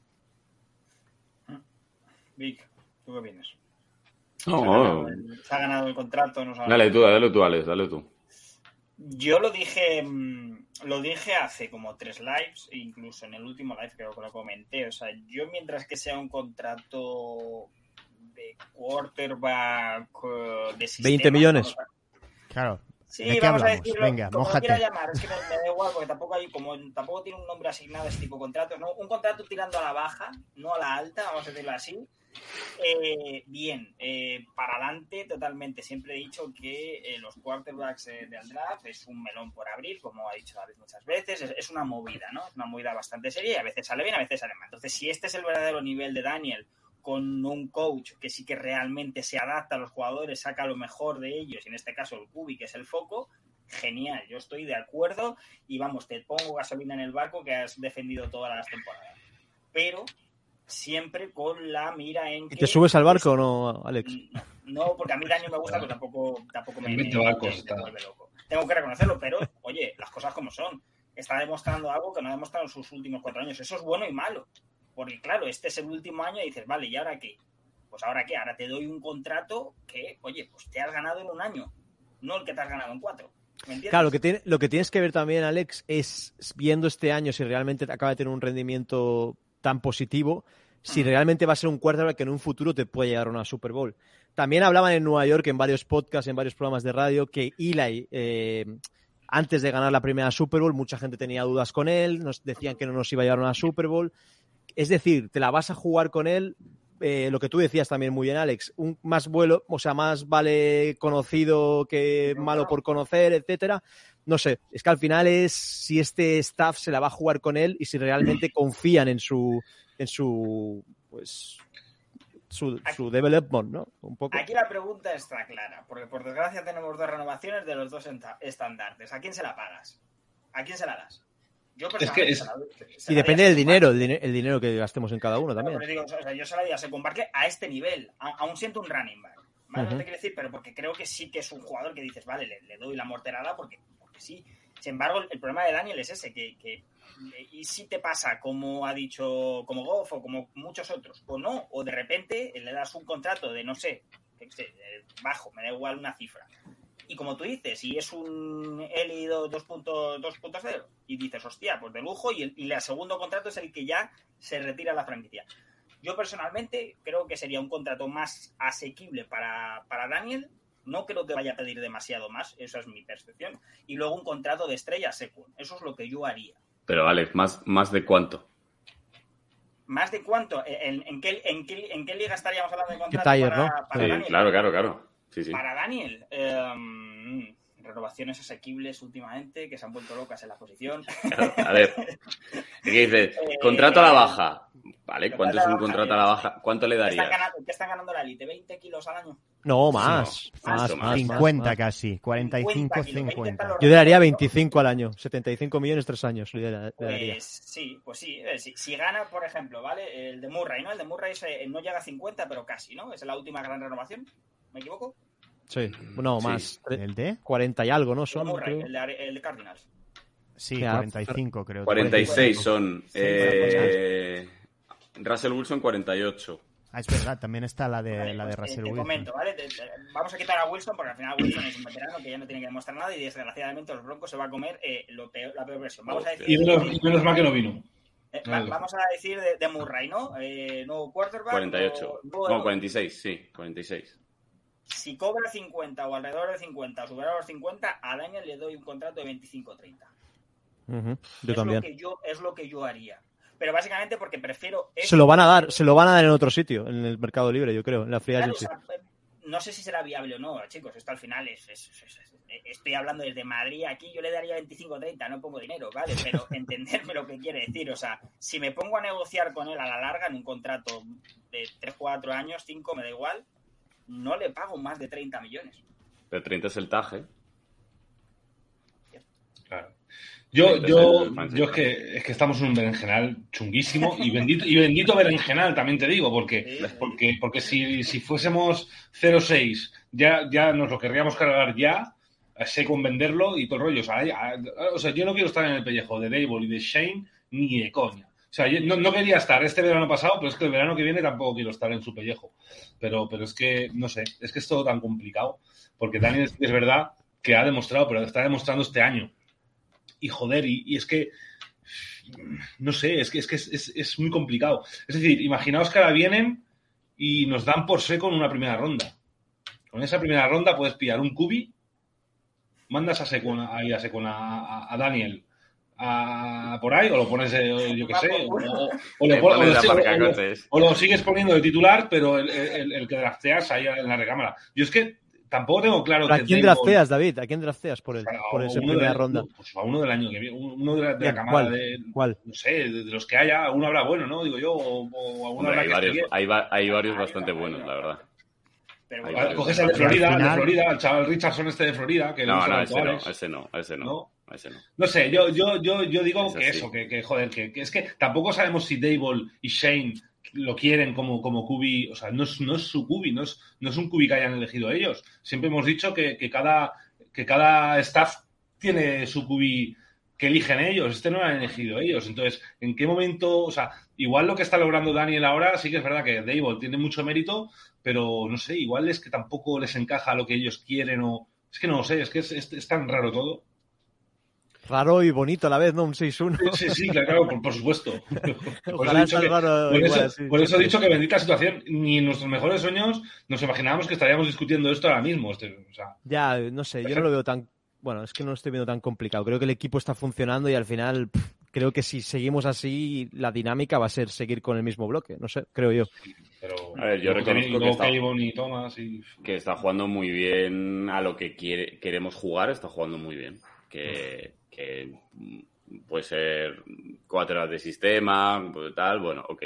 Vic, ¿tú qué opinas? ¿Se ha ganado el contrato? No dale tú, Alex, dale tú. Yo lo dije hace como 3 lives, incluso en el último live creo que lo comenté. O sea, yo mientras que sea un contrato de quarterback de sistema, 20 millones. Claro. Sí, ¿De qué vamos hablamos? a decirlo Venga, como lo mójate. quiera llamar, es que me da igual, porque tampoco tiene un nombre asignado a este tipo de contratos, ¿no? Un contrato tirando a la baja, no a la alta, vamos a decirlo así. Bien, para adelante totalmente. Siempre he dicho que los quarterbacks del draft es un melón por abrir, como ha dicho David muchas veces. Es una movida, ¿no? Es una movida bastante seria y a veces sale bien, a veces sale mal. Entonces, si este es el verdadero nivel de Daniel, con un coach que sí que realmente se adapta a los jugadores, saca lo mejor de ellos, y en este caso el QB, que es el foco, genial, yo estoy de acuerdo y vamos, te pongo gasolina en el barco que has defendido todas las temporadas. Pero siempre con la mira en que... ¿Y te subes al barco o no, Alex? No, porque a mí Daniel me gusta, pero tampoco me vuelve loco. Tengo que reconocerlo, pero, oye, las cosas como son. Está demostrando algo que no ha demostrado en sus últimos 4 años. Eso es bueno y malo. Porque, claro, este es el último año y dices, vale, ¿y ahora qué? Pues ¿ahora qué? Ahora te doy un contrato que, oye, pues te has ganado en 1 año, no el que te has ganado en 4. ¿Me entiendes? Claro, lo que tienes que ver también, Alex, es viendo este año si realmente acaba de tener un rendimiento tan positivo, si realmente va a ser un quarterback que en un futuro te puede llegar a una Super Bowl. También hablaban en Nueva York, en varios podcasts, en varios programas de radio, que Eli, antes de ganar la primera Super Bowl, mucha gente tenía dudas con él, nos decían que no nos iba a llevar a una Super Bowl. Es decir, te la vas a jugar con él, lo que tú decías también muy bien, Alex, más vale conocido que malo por conocer, etcétera. No sé, es que al final es si este staff se la va a jugar con él y si realmente confían en su development, ¿no? Un poco. Aquí la pregunta está clara, porque por desgracia tenemos 2 renovaciones de los 2 estandartes. ¿A quién se la pagas? ¿A quién se la das? Yo personalmente y depende del dinero, el dinero que gastemos en cada uno también. Pero digo, o sea, yo se la di a Saquon Barkley a este nivel, aún siento un running back. ¿Vale? No te quiero decir, pero porque creo que sí que es un jugador que dices, vale, le doy la morterada porque sí. Sin embargo, el problema de Daniel es ese, que y si te pasa, como ha dicho, como Goff o como muchos otros, o no, o de repente le das un contrato de, no sé, bajo, me da igual una cifra. Y como tú dices, si es un Eli 2.0 y dices, hostia, pues de lujo, y el segundo contrato es el que ya se retira la franquicia. Yo personalmente creo que sería un contrato más asequible para Daniel. No creo que vaya a pedir demasiado más, esa es mi percepción. Y luego un contrato de estrella Saquon. Eso es lo que yo haría. Pero Alex, ¿más de cuánto? ¿Más de cuánto? ¿En qué liga estaríamos hablando de contrato Tier, para sí, Daniel? Claro. Sí. Para Daniel, renovaciones asequibles últimamente, que se han vuelto locas en la posición. Claro, a ver, ¿qué dices? Contrato a la baja. Vale, ¿cuánto es un contrato a la baja? ¿Cuánto le darías? ¿Qué están ganando la Elite? ¿20 kilos al año? No, más. Más. 50 casi, 45, 50. Yo le daría 25 al año, 75 millones 3 años. Le daría. Pues sí. Si gana, por ejemplo, ¿vale? El de Murray, ¿no? El de Murray no llega a 50, pero casi, ¿no? Es la última gran renovación. ¿Me equivoco? Sí, no, más. ¿El de? 40 y algo, ¿no? Son, Murray, el de Cardinals. Sí, 45 creo. 46 son. Russell Wilson 48. Es verdad, también está la de Russell Wilson. Te comento, ¿vale? Vamos a quitar a Wilson porque al final Wilson es un veterano que ya no tiene que demostrar nada y desgraciadamente los Broncos se va a comer la peor versión. Vamos a decir, y menos mal que no vino. Vamos a decir de Murray, ¿no? Nuevo quarterback. 48. No, 46, sí, 46. Si cobra 50 o alrededor de 50 o superar los 50, a Daniel le doy un contrato de 25-30. Yo también. Es lo que yo haría. Pero básicamente porque prefiero... Se lo van a dar en otro sitio, en el mercado libre, yo creo, en la free agency. Claro, o sea, no sé si será viable o no, chicos. Esto al final estoy hablando desde Madrid aquí, yo le daría 25-30, no pongo dinero, ¿vale? Pero entenderme lo que quiere decir. O sea, si me pongo a negociar con él a la larga en un contrato de 3, 4 años, 5, me da igual, no le pago más de 30 millones. Pero 30 es el taje. Claro. Yo es que estamos en un berenjenal chunguísimo y bendito berenjenal, también te digo, porque si fuésemos 0-6 ya nos lo querríamos cargar ya, sé con venderlo y todo el rollo. O sea, yo no quiero estar en el pellejo de Dable y de Shane ni de coña. O sea, yo no quería estar este verano pasado, pero es que el verano que viene tampoco quiero estar en su pellejo. Pero es que, no sé, es que es todo tan complicado. Porque Daniel es verdad que ha demostrado, pero está demostrando este año. Y joder, y es que, no sé, es que es muy complicado. Es decir, imaginaos que ahora vienen y nos dan por seco en una primera ronda. Con esa primera ronda puedes pillar un QB mandas a Saquon a Daniel por ahí, o lo pones, yo qué sé, o lo sigues poniendo de titular, pero el que drafteas ahí en la recámara. Yo es que tampoco tengo claro ¿A quién drafteas, David? ¿A quién drafteas por esa primera ronda? Pues a uno del año que viene, uno de la cámara ¿Cuál? No sé, de los que haya, uno habrá bueno, ¿no? Digo yo, o a uno habrá hay varios bastante buenos, la verdad. Pero coges al de Florida, al chaval Richardson de Florida, que ese no. No sé, yo digo que eso, que joder, que es que tampoco sabemos si Dable y Shane lo quieren como QB, o sea, no es su QB, no es un QB que hayan elegido ellos. Siempre hemos dicho que cada staff tiene su QB que eligen ellos, no lo han elegido ellos. Entonces, ¿en qué momento? O sea, igual lo que está logrando Daniel ahora, sí que es verdad que Dable tiene mucho mérito, pero no sé, igual es que tampoco les encaja lo que ellos quieren o... Es que no lo sé, es que es tan raro todo. Raro y bonito a la vez, ¿no? Un 6-1. Sí, claro, por supuesto. Por eso he dicho que bendita situación. Ni en nuestros mejores sueños nos imaginábamos que estaríamos discutiendo esto ahora mismo. Ya, no sé, yo no lo veo tan... Bueno, es que no lo estoy viendo tan complicado. Creo que el equipo está funcionando y al final creo que si seguimos así, la dinámica va a ser seguir con el mismo bloque. No sé, creo yo. Pero, a ver, yo reconozco que está jugando muy bien a lo que queremos jugar. Está jugando muy bien. Que puede ser quarterback de sistema, tal, bueno, ok.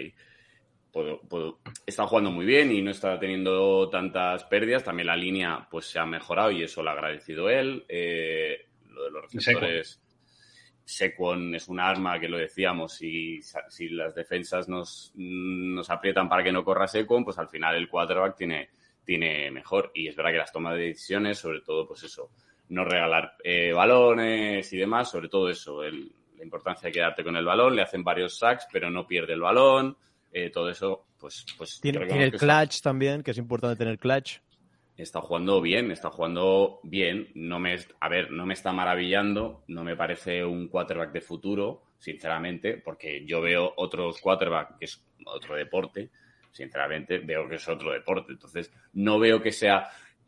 Está jugando muy bien y no está teniendo tantas pérdidas. También la línea pues se ha mejorado y eso lo ha agradecido él. Lo de los receptores, Saquon es un arma, que lo decíamos, y si las defensas nos aprietan para que no corra Saquon, pues al final el quarterback tiene mejor. Y es verdad que las tomas de decisiones, sobre todo pues eso, no regalar balones y demás, sobre todo eso, la importancia de quedarte con el balón, le hacen varios sacks, pero no pierde el balón, todo eso, pues tiene el clutch también, que es importante tener clutch. Está jugando bien, no me está maravillando, no me parece un quarterback de futuro, sinceramente, porque yo veo otros quarterback que es otro deporte, sinceramente, veo que es otro deporte, entonces no veo que sea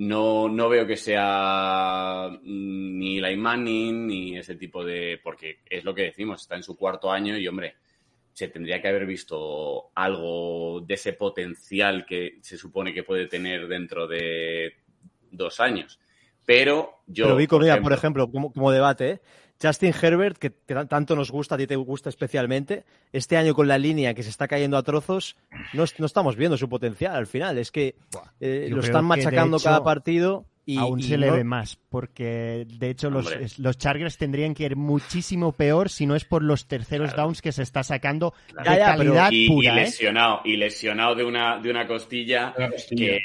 ni Eli Manning ni ese tipo de... Porque es lo que decimos, está en su cuarto año y, hombre, se tendría que haber visto algo de ese potencial que se supone que puede tener dentro de 2 años. Pero vi con ella, por ejemplo, como debate, Justin Herbert, que tanto nos gusta, a ti te gusta especialmente, este año con la línea que se está cayendo a trozos, no estamos viendo su potencial al final. Es que lo están machacando cada partido. Y aún se le ve más, porque de hecho los Chargers tendrían que ir muchísimo peor si no es por los terceros downs que se está sacando de calidad pura. Y lesionado de una costilla que...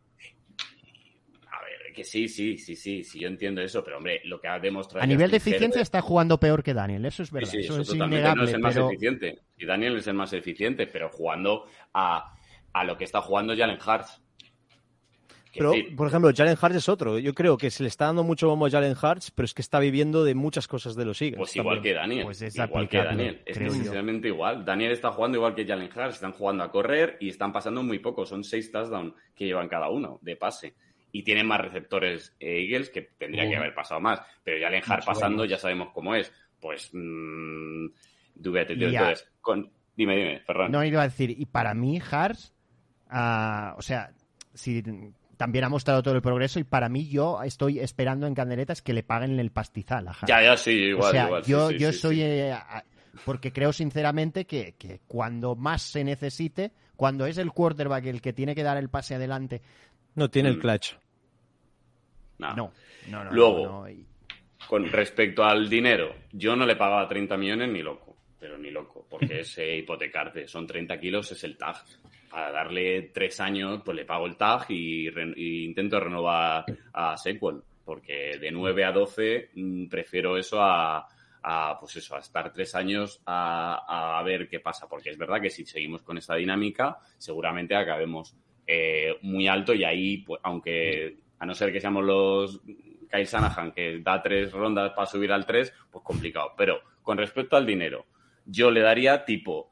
A ver, que sí, yo entiendo eso, pero hombre, lo que ha demostrado... A nivel de eficiencia está jugando peor que Daniel, eso es verdad, eso es innegable. No es el más eficiente, y Daniel es el más eficiente, pero jugando a lo que está jugando Jalen Hurts. Pero, por ejemplo, Jalen Hurts es otro. Yo creo que se le está dando mucho bombo a Jalen Hurts, pero es que está viviendo de muchas cosas de los Eagles. Pues igual que Daniel. Pues es precisamente igual. Daniel está jugando igual que Jalen Hurts. Están jugando a correr y están pasando muy poco. Son 6 touchdowns que llevan cada uno de pase. Y tienen más receptores Eagles, que tendría que haber pasado más. Pero Jalen Hurts pasando ya sabemos cómo es. Pues... Entonces, dime, Ferran. No, iba a decir, y para mí Hurts... o sea, si... También ha mostrado todo el progreso y para mí yo estoy esperando en Candeletas que le paguen el pastizal a Hurts. Ya, sí, igual. O sea, igual, yo soy... porque creo sinceramente que cuando más se necesite, cuando es el quarterback el que tiene que dar el pase adelante... No tiene el clutch. No. Luego, con respecto al dinero, yo no le pagaba 30 millones ni loco, porque es hipotecarte. Son 30 kilos, es el tag. Para darle 3 años, pues le pago el tag y intento renovar a Saquon, porque de 9 a 12 prefiero eso a estar 3 años a ver qué pasa, porque es verdad que si seguimos con esta dinámica, seguramente acabemos muy alto y ahí, pues, aunque a no ser que seamos los Kyle Shanahan, que da 3 rondas para subir al 3, pues complicado. Pero con respecto al dinero, yo le daría tipo...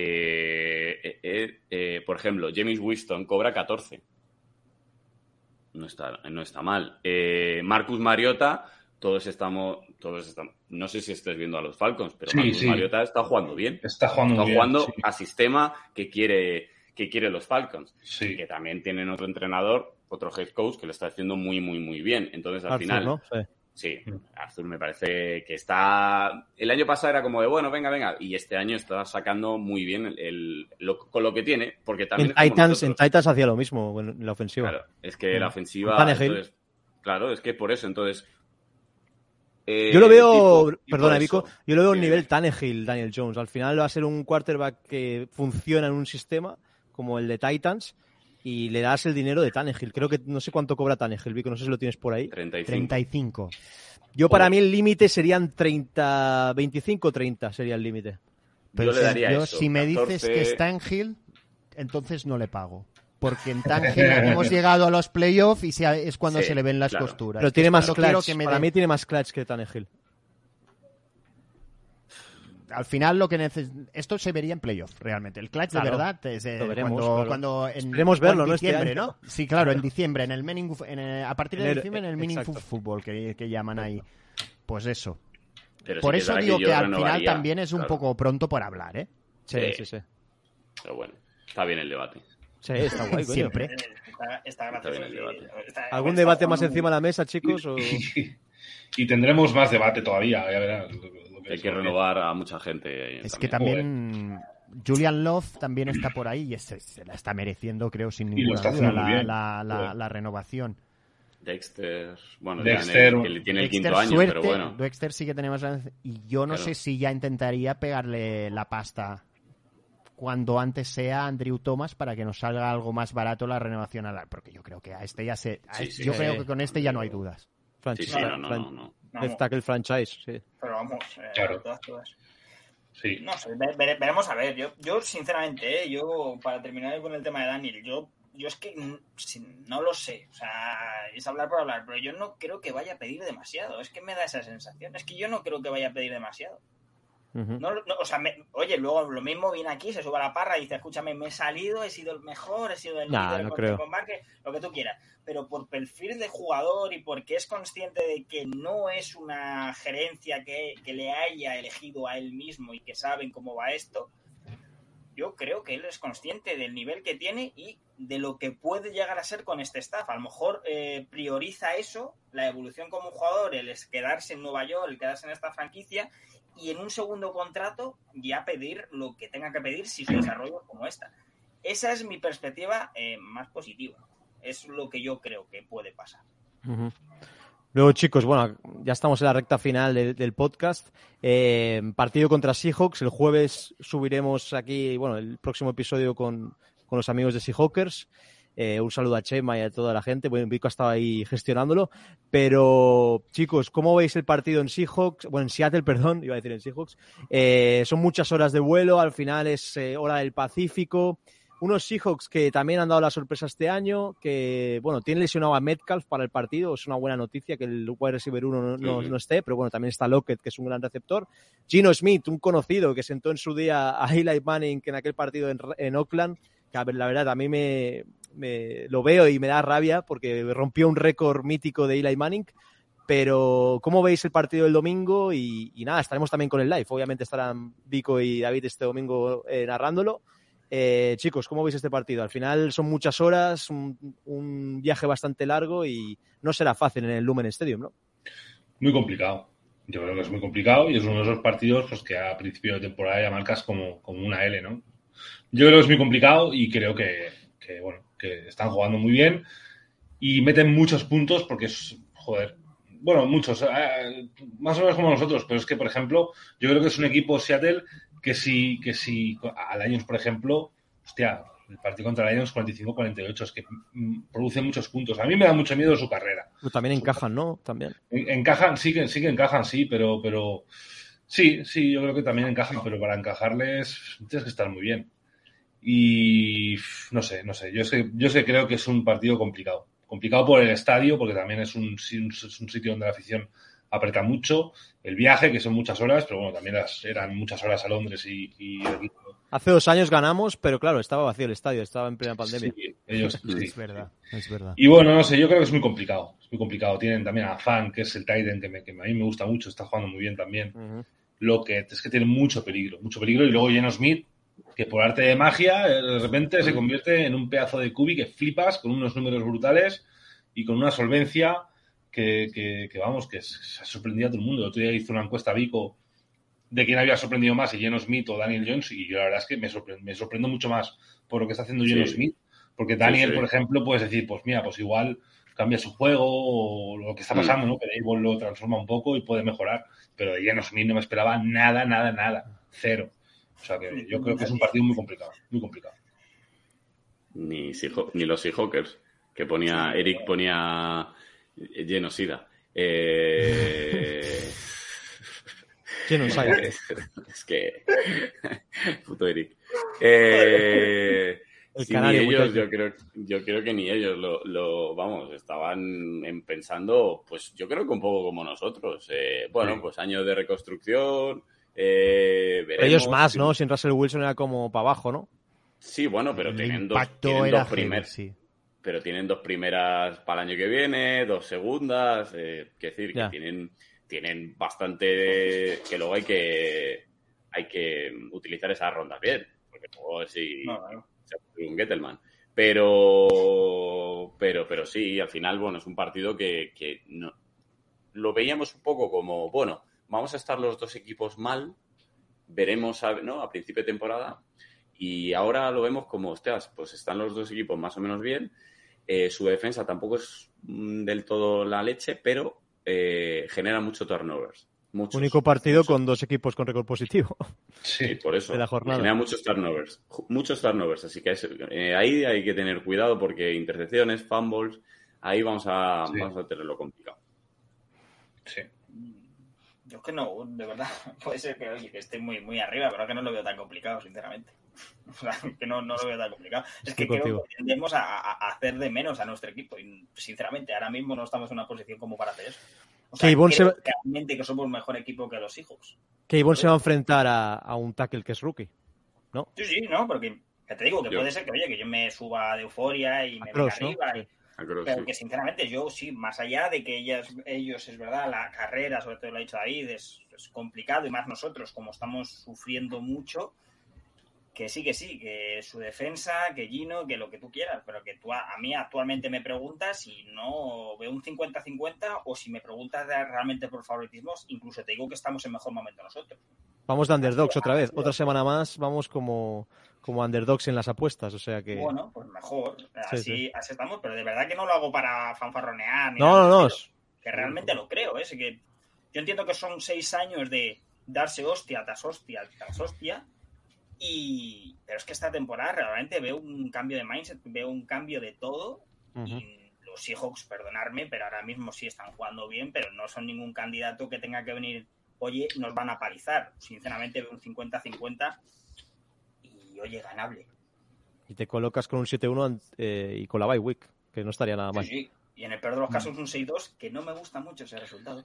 por ejemplo, James Winston cobra 14. No está mal. Marcus Mariota todos estamos, no sé si estés viendo a los Falcons, pero Sí. Mariota está jugando bien. Está jugando sí. a sistema que quiere los Falcons. Sí. Que también tienen otro entrenador, otro head coach que lo está haciendo muy, muy, muy bien. Entonces, al Arthur, final... ¿no? Sí, Arthur me parece que está... El año pasado era como de, bueno, venga, y este año está sacando muy bien con lo que tiene, porque también... En Titans hacía lo mismo en la ofensiva. Claro, es que la ofensiva... Entonces, claro, es que por eso, entonces... yo lo veo, perdona, Vico, yo lo veo a un nivel Tannehill, Daniel Jones. Al final va a ser un quarterback que funciona en un sistema como el de Titans y le das el dinero de Tannehill. Creo que no sé cuánto cobra Tannehill, Vico, no sé si lo tienes por ahí. 35. Yo para mí el límite serían 30, 25 o 30 sería el límite. Pero yo le daría eso. Si me 14... dices que es Tannehill, entonces no le pago. Porque en Tannehill hemos llegado a los playoffs y es cuando se le ven las costuras. Pero tiene más clutch. Para mí tiene más clutch que Tannehill. Al final esto se vería en playoff realmente. El clutch de verdad es lo veremos, cuando esperemos verlo, en diciembre, este año. ¿no? Sí, claro, en diciembre, a partir de diciembre en el Meaningful Football que llaman ahí. Pues eso. Pero por eso digo que al final también es un poco pronto por hablar, ¿eh? Sí. Pero bueno, está bien el debate. Sí, está guay, coño. Siempre. Está gracioso. Bien el debate. ¿Algún debate más encima de la mesa, chicos? O... Y tendremos más debate todavía, ya verás. Hay que renovar a mucha gente. Es que también Julian Love también está por ahí y se la está mereciendo, creo, sin ninguna duda, la renovación. Dexter, que le tiene el quinto año, suerte, pero bueno. Dexter sí que tenemos... Y yo no sé si ya intentaría pegarle la pasta cuando antes sea Andrew Thomas para que nos salga algo más barato la renovación porque yo creo que a este ya creo que con este ya no hay dudas. No. Tackle franchise, sí. Pero vamos, claro. todas. Sí. No sé, veremos a ver. Yo sinceramente, para terminar con el tema de Daniel, yo es que no lo sé. O sea, es hablar por hablar, pero yo no creo que vaya a pedir demasiado. Es que me da esa sensación. Es que yo no creo que vaya a pedir demasiado. Uh-huh. O sea, oye, luego lo mismo viene aquí, se sube a la parra y dice, escúchame, me he salido, he sido el mejor, he sido el líder, no creo. Lo que tú quieras. Pero por perfil de jugador y porque es consciente de que no es una gerencia que le haya elegido a él mismo y que saben cómo va esto, yo creo que él es consciente del nivel que tiene y de lo que puede llegar a ser con este staff. A lo mejor prioriza eso, la evolución como jugador, el quedarse en Nueva York, el quedarse en esta franquicia, y en un segundo contrato ya pedir lo que tenga que pedir si su desarrollo es como esta. Esa es mi perspectiva más positiva. Es lo que yo creo que puede pasar. Uh-huh. Luego, chicos, bueno, ya estamos en la recta final del podcast. Partido contra Seahawks. El jueves subiremos aquí, bueno, el próximo episodio con los amigos de Seahawkers. Un saludo a Chema y a toda la gente. Bueno, Vico ha estado ahí gestionándolo. Pero, chicos, ¿cómo veis el partido en Seahawks? Bueno, en Seattle, perdón, iba a decir en Seahawks. Son muchas horas de vuelo, al final es hora del Pacífico. Unos Seahawks que también han dado la sorpresa este año, que, bueno, tienen lesionado a Metcalf para el partido. Es una buena noticia que el wide receiver 1 no esté, pero bueno, también está Lockett, que es un gran receptor. Gino Smith, un conocido que sentó en su día a Eli Manning en aquel partido en Oakland, que la verdad a mí me lo veo y me da rabia porque rompió un récord mítico de Eli Manning. Pero, ¿cómo veis el partido del domingo? Y nada, estaremos también con el live. Obviamente estarán Vico y David este domingo narrándolo. Chicos, ¿cómo veis este partido? Al final son muchas horas, un viaje bastante largo y no será fácil en el Lumen Stadium, ¿no? Muy complicado. Yo creo que es muy complicado y es uno de esos partidos pues, que a principio de temporada ya marcas como una L, ¿no? Yo creo que es muy complicado y creo que están jugando muy bien y meten muchos puntos porque es, muchos, más o menos como nosotros, pero es que, por ejemplo, yo creo que es un equipo Seattle que si a Lions, por ejemplo, el partido contra Lions 45-48, es que produce muchos puntos. A mí me da mucho miedo su carrera. Pero también encajan, ¿no? También. Encajan, sí que encajan, sí, pero sí, yo creo que también encajan, pero para encajarles tienes que estar muy bien. Y no sé, yo sé creo que es un partido complicado. Complicado por el estadio, porque también es un sitio donde la afición aprieta mucho. El viaje, que son muchas horas, pero bueno, también eran muchas horas a Londres y Hace 2 años ganamos, pero claro, estaba vacío el estadio, estaba en plena pandemia. Sí, ellos, sí. Es verdad. Y bueno, no sé, yo creo que es muy complicado. Es muy complicado. Tienen también a Fan, que es el Titan, que a mí me gusta mucho, está jugando muy bien también. Uh-huh. Lo que es que tiene mucho peligro. Y luego Geno Smith, que por arte de magia, de repente se convierte en un pedazo de cubi que flipas, con unos números brutales y con una solvencia que vamos, que se ha sorprendido a todo el mundo. El otro día hizo una encuesta a Vico de quién había sorprendido más, si Geno Smith o Daniel Jones, y yo la verdad es que me sorprendo mucho más por lo que está haciendo Geno Smith, porque Daniel, por ejemplo, puedes decir, pues mira, pues igual cambia su juego o lo que está pasando, ¿no? Que Dable lo transforma un poco y puede mejorar, pero de Geno Smith no me esperaba nada, cero. O sea que yo creo que es un partido muy complicado, muy complicado. Ni los Seahawkers, que Eric ponía genocida. Genocida. Es que... Puto Eric. El sí, canario, ni ellos, yo creo que ni ellos vamos, estaban pensando, pues yo creo que un poco como nosotros. Bueno, pues años de reconstrucción, veremos. Ellos más, ¿no? Sin Russell Wilson era como para abajo, ¿no? Sí, bueno, pero tienen dos primeras. Sí. Pero tienen 2 primeras para el año que viene, 2 segundas, que decir, que tienen bastante, que luego hay que utilizar esas rondas bien, porque luego si se hace un Gettelman. Pero sí, al final, bueno, es un partido que no, lo veíamos un poco como, bueno, vamos a estar los 2 equipos mal, veremos a principio de temporada, y ahora lo vemos como, hostias, pues están los 2 equipos más o menos bien, su defensa tampoco es del todo la leche, pero genera muchos turnovers. Único partido con 2 equipos con récord positivo. Sí, por eso. De la jornada. Genera muchos turnovers. Así que ahí hay que tener cuidado porque intercepciones, fumbles, ahí vamos a tenerlo complicado. Sí. Yo es que no, de verdad, puede ser que esté muy, muy arriba, pero que no lo veo tan complicado, sinceramente. O sea, que no lo veo tan complicado. Es que creo que tendemos a hacer de menos a nuestro equipo y, sinceramente, ahora mismo no estamos en una posición como para hacer eso. O sea, creo realmente que somos mejor equipo que los Seahawks. Que Ivonne se va a enfrentar a un tackle que es rookie, ¿no? Sí, no, porque ya te digo que puede ser que yo me suba de euforia y me venga arriba. ¿No? Pero que sinceramente yo sí, más allá de que ellos es verdad, la carrera, sobre todo lo ha dicho David, es complicado, y más nosotros, como estamos sufriendo mucho, que sí, que su defensa, que Gino, que lo que tú quieras, pero que tú a mí actualmente me preguntas si no veo un 50-50 o si me preguntas realmente por favoritismos, incluso te digo que estamos en mejor momento nosotros. Vamos de underdogs otra vez, otra semana más, vamos como underdogs en las apuestas, o sea que... Bueno, pues mejor, así estamos, pero de verdad que no lo hago para fanfarronear. No. Que realmente lo creo, ¿eh? Que yo entiendo que son 6 años de darse hostia tras hostia, pero es que esta temporada realmente veo un cambio de mindset, veo un cambio de todo, y los Seahawks, perdonadme, pero ahora mismo sí están jugando bien, pero no son ningún candidato que tenga que venir, oye, nos van a palizar. Sinceramente veo un 50-50 y, oye, ganable. Y te colocas con un 7-1 y con la bye week, que no estaría nada mal. Sí, y en el peor de los casos un 6-2, que no me gusta mucho ese resultado.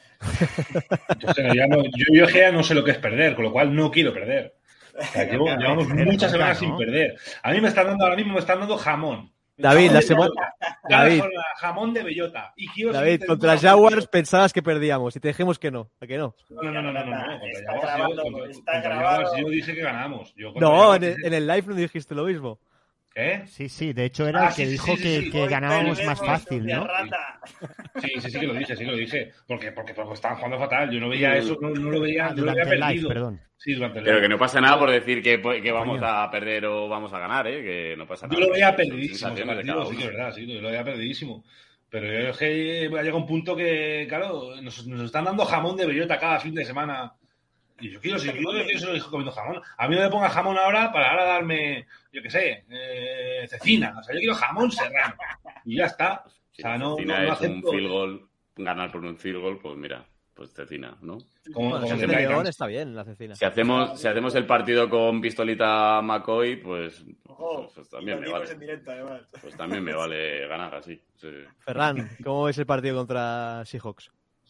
Yo ya no sé lo que es perder, con lo cual no quiero perder. O sea, llevamos muchas semanas sin perder. A mí ahora mismo me están dando jamón. David, David, jamón de bellota. David, contra Jaguars pensabas que perdíamos y te dijimos que no. ¿A que no? No. Contra Jaguars yo dije que ganamos. En el live no dijiste lo mismo. ¿Qué? Sí, de hecho era el que dijo que ganábamos más fácil, ¿no? Sí que lo dije. Porque estaban jugando fatal. Yo no veía eso, no lo veía, no lo había perdido. Live, perdón. Sí, durante el Pero live. que no pasa nada por decir que vamos a perder o vamos a ganar, que no pasa nada. Yo lo veía perdidísimo, sí, que es verdad, sí, lo veía perdidísimo. Pero yo es que ha llegado un punto que, claro, nos están dando jamón de bellota cada fin de semana. Y yo quiero seguir comiendo jamón. A mí no me ponga jamón ahora para darme, yo qué sé, cecina. O sea, yo quiero jamón serrano. Y ya está. O sea, no acepto. Un field goal, ganar por un field goal, pues mira, pues cecina, ¿no? Como el León está bien la cecina. Si hacemos el partido con pistolita McCoy, pues también me vale. Pues también me vale ganar así. Sí. Ferran, ¿cómo es el partido contra Seahawks?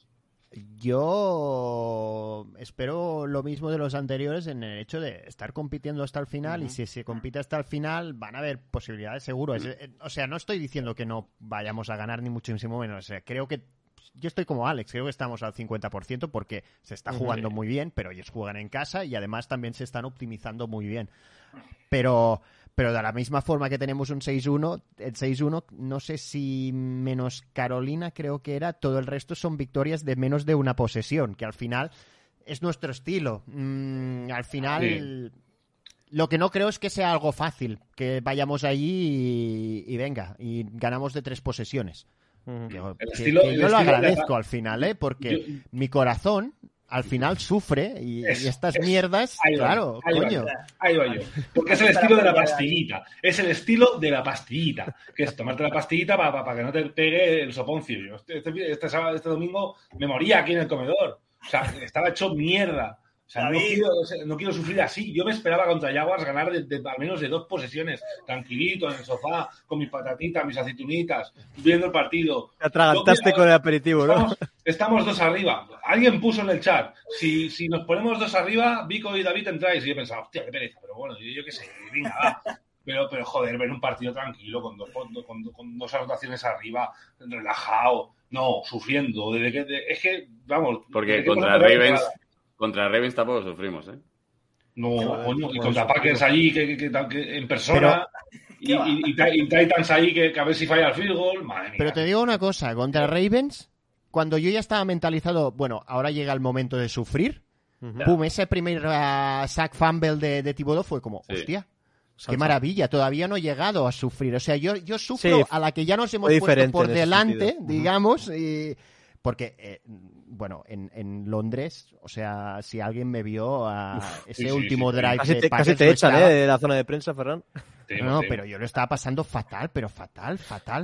Yo espero lo mismo de los anteriores en el hecho de estar compitiendo hasta el final, y si se compite hasta el final van a haber posibilidades seguro. O sea, no estoy diciendo que no vayamos a ganar ni muchísimo menos. O sea, creo que yo estoy como Alex, creo que estamos al 50% porque se está jugando muy bien, pero ellos juegan en casa y además también se están optimizando muy bien. Pero de la misma forma que tenemos un 6-1, el 6-1, no sé si menos Carolina, creo que era, todo el resto son victorias de menos de una posesión, que al final es nuestro estilo. Al final, lo que no creo es que sea algo fácil, que vayamos allí y venga, y ganamos de 3 posesiones. Yo lo agradezco al final, porque mi corazón al final sufre y estas mierdas, claro, coño. Ahí va yo. Porque es el estilo de la pastillita. Es el estilo de la pastillita. Que es tomarte la pastillita para que no te pegue el soponcio. Yo este domingo me moría aquí en el comedor. O sea, estaba hecho mierda. O sea, no quiero sufrir así. Yo me esperaba contra Jaguars ganar al menos de 2 posesiones, tranquilito, en el sofá, con mis patatitas, mis aceitunitas, viendo el partido. Te atragantaste con el aperitivo, ¿no? Estamos 2 arriba. Alguien puso en el chat, si nos ponemos 2 arriba, Vico y David entráis. Y yo pensaba, hostia, qué pereza. Pero bueno, yo qué sé, venga, va. Pero joder, ver un partido tranquilo, con 2 anotaciones arriba, relajado, no, sufriendo. Es que, vamos... Porque contra Ravens tampoco sufrimos, ¿eh? No, coño, y contra Packers allí que en persona, y Titans ahí que a ver si falla el field goal, madre mía. Pero te digo una cosa, contra Ravens, cuando yo ya estaba mentalizado, bueno, ahora llega el momento de sufrir, pum, ese primer sack fumble de Thibodeau fue como, hostia, qué maravilla, todavía no he llegado a sufrir. O sea, yo sufro a la que ya nos hemos puesto por delante, digamos, y... Porque, bueno, en Londres, o sea, si alguien me vio a ese último drive de casi te echan, de la zona de prensa, Ferran. No, pero yo lo estaba pasando fatal, pero fatal.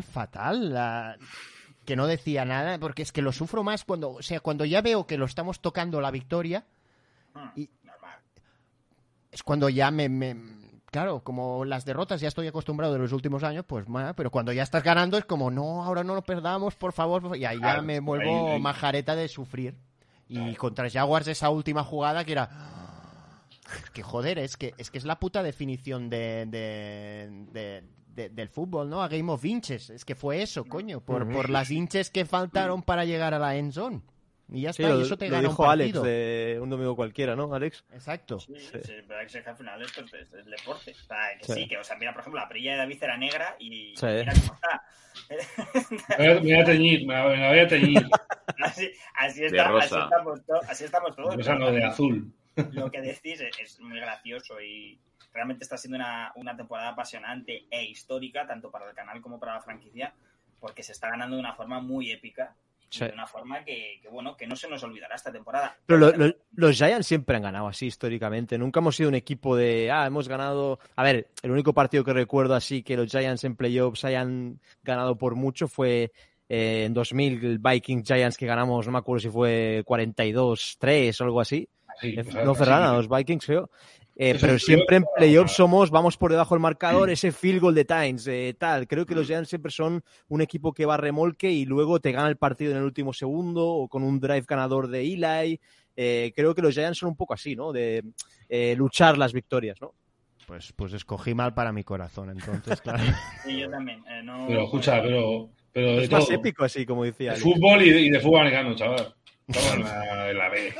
Que no decía nada, porque es que lo sufro más cuando ya veo que lo estamos tocando la victoria, y es cuando ya claro, como las derrotas ya estoy acostumbrado de los últimos años, pues pero cuando ya estás ganando es como, no, ahora no lo perdamos, por favor, y ahí ya me vuelvo majareta de sufrir. Y contra Jaguars esa última jugada que era... Que joder, es que es la puta definición del fútbol, ¿no? A Game of Inches. Es que fue eso, coño, por las inches que faltaron para llegar a la end zone. Y ya está, y eso te gana un partido. Alex de un domingo cualquiera, ¿no, Alex? Exacto. Sí, pero es que al final esto es deporte. O sea, que o sea, mira, por ejemplo, la perilla de David era negra y mira cómo está. Me voy a teñir, me voy a teñir. Así estamos todos. Rosa no, de azul. Lo que decís es muy gracioso y realmente está siendo una temporada apasionante e histórica, tanto para el canal como para la franquicia, porque se está ganando de una forma muy épica. De una forma que no se nos olvidará esta temporada. Pero los Giants siempre han ganado así históricamente. Nunca hemos sido un equipo de, hemos ganado... A ver, el único partido que recuerdo así que los Giants en playoffs hayan ganado por mucho fue en 2000, el Vikings Giants, que ganamos, no me acuerdo si fue 42-3 o algo así. Sí, no, Ferran, los Vikings, creo. Pero siempre en playoffs vamos por debajo del marcador, ese field goal de Tynes, tal. Creo que los Giants siempre son un equipo que va a remolque y luego te gana el partido en el último segundo o con un drive ganador de Eli. Creo que los Giants son un poco así, ¿no? De luchar las victorias, ¿no? Pues escogí mal para mi corazón, entonces, claro. Sí, yo también. Pero escucha, pero es más épico así, como decía. De fútbol y de fútbol americano, chaval. Estamos en la B.